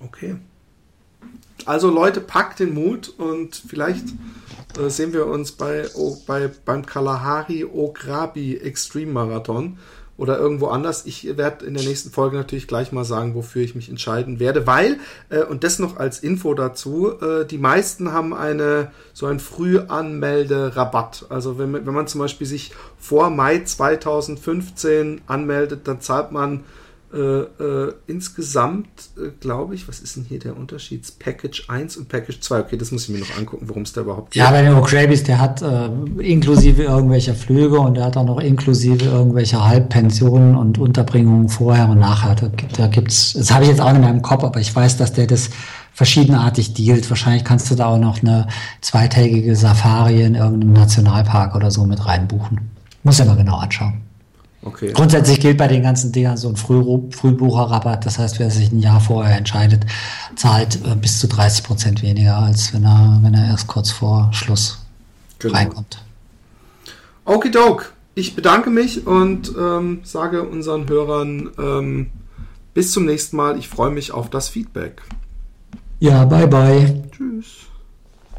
Okay. Also Leute, packt den Mut und vielleicht sehen wir uns beim Kalahari Okrabi Extreme Marathon oder irgendwo anders. Ich werde in der nächsten Folge natürlich gleich mal sagen, wofür ich mich entscheiden werde, weil, und das noch als Info dazu, die meisten haben so einen Frühanmelde-Rabatt. Also wenn man zum Beispiel sich vor Mai 2015 anmeldet, dann zahlt man insgesamt, glaube ich, was ist denn hier der Unterschied? Package 1 und Package 2. Okay, das muss ich mir noch angucken, worum es da überhaupt geht. Ja, bei den O'Grabys, der hat inklusive irgendwelcher Flüge und der hat auch noch inklusive irgendwelche Halbpensionen und Unterbringungen vorher und nachher. Da gibt's, das habe ich jetzt auch nicht mehr im Kopf, aber ich weiß, dass der das verschiedenartig dealt. Wahrscheinlich kannst du da auch noch eine zweitägige Safari in irgendeinem Nationalpark oder so mit reinbuchen. Muss ja mal genau anschauen. Okay. Grundsätzlich gilt bei den ganzen Dingern so ein Frühbucherrabatt. Das heißt, wer sich ein Jahr vorher entscheidet, zahlt bis zu 30% weniger, als wenn er erst kurz vor Schluss reinkommt. Okidok. Ich bedanke mich und sage unseren Hörern bis zum nächsten Mal. Ich freue mich auf das Feedback. Ja, bye bye. Tschüss.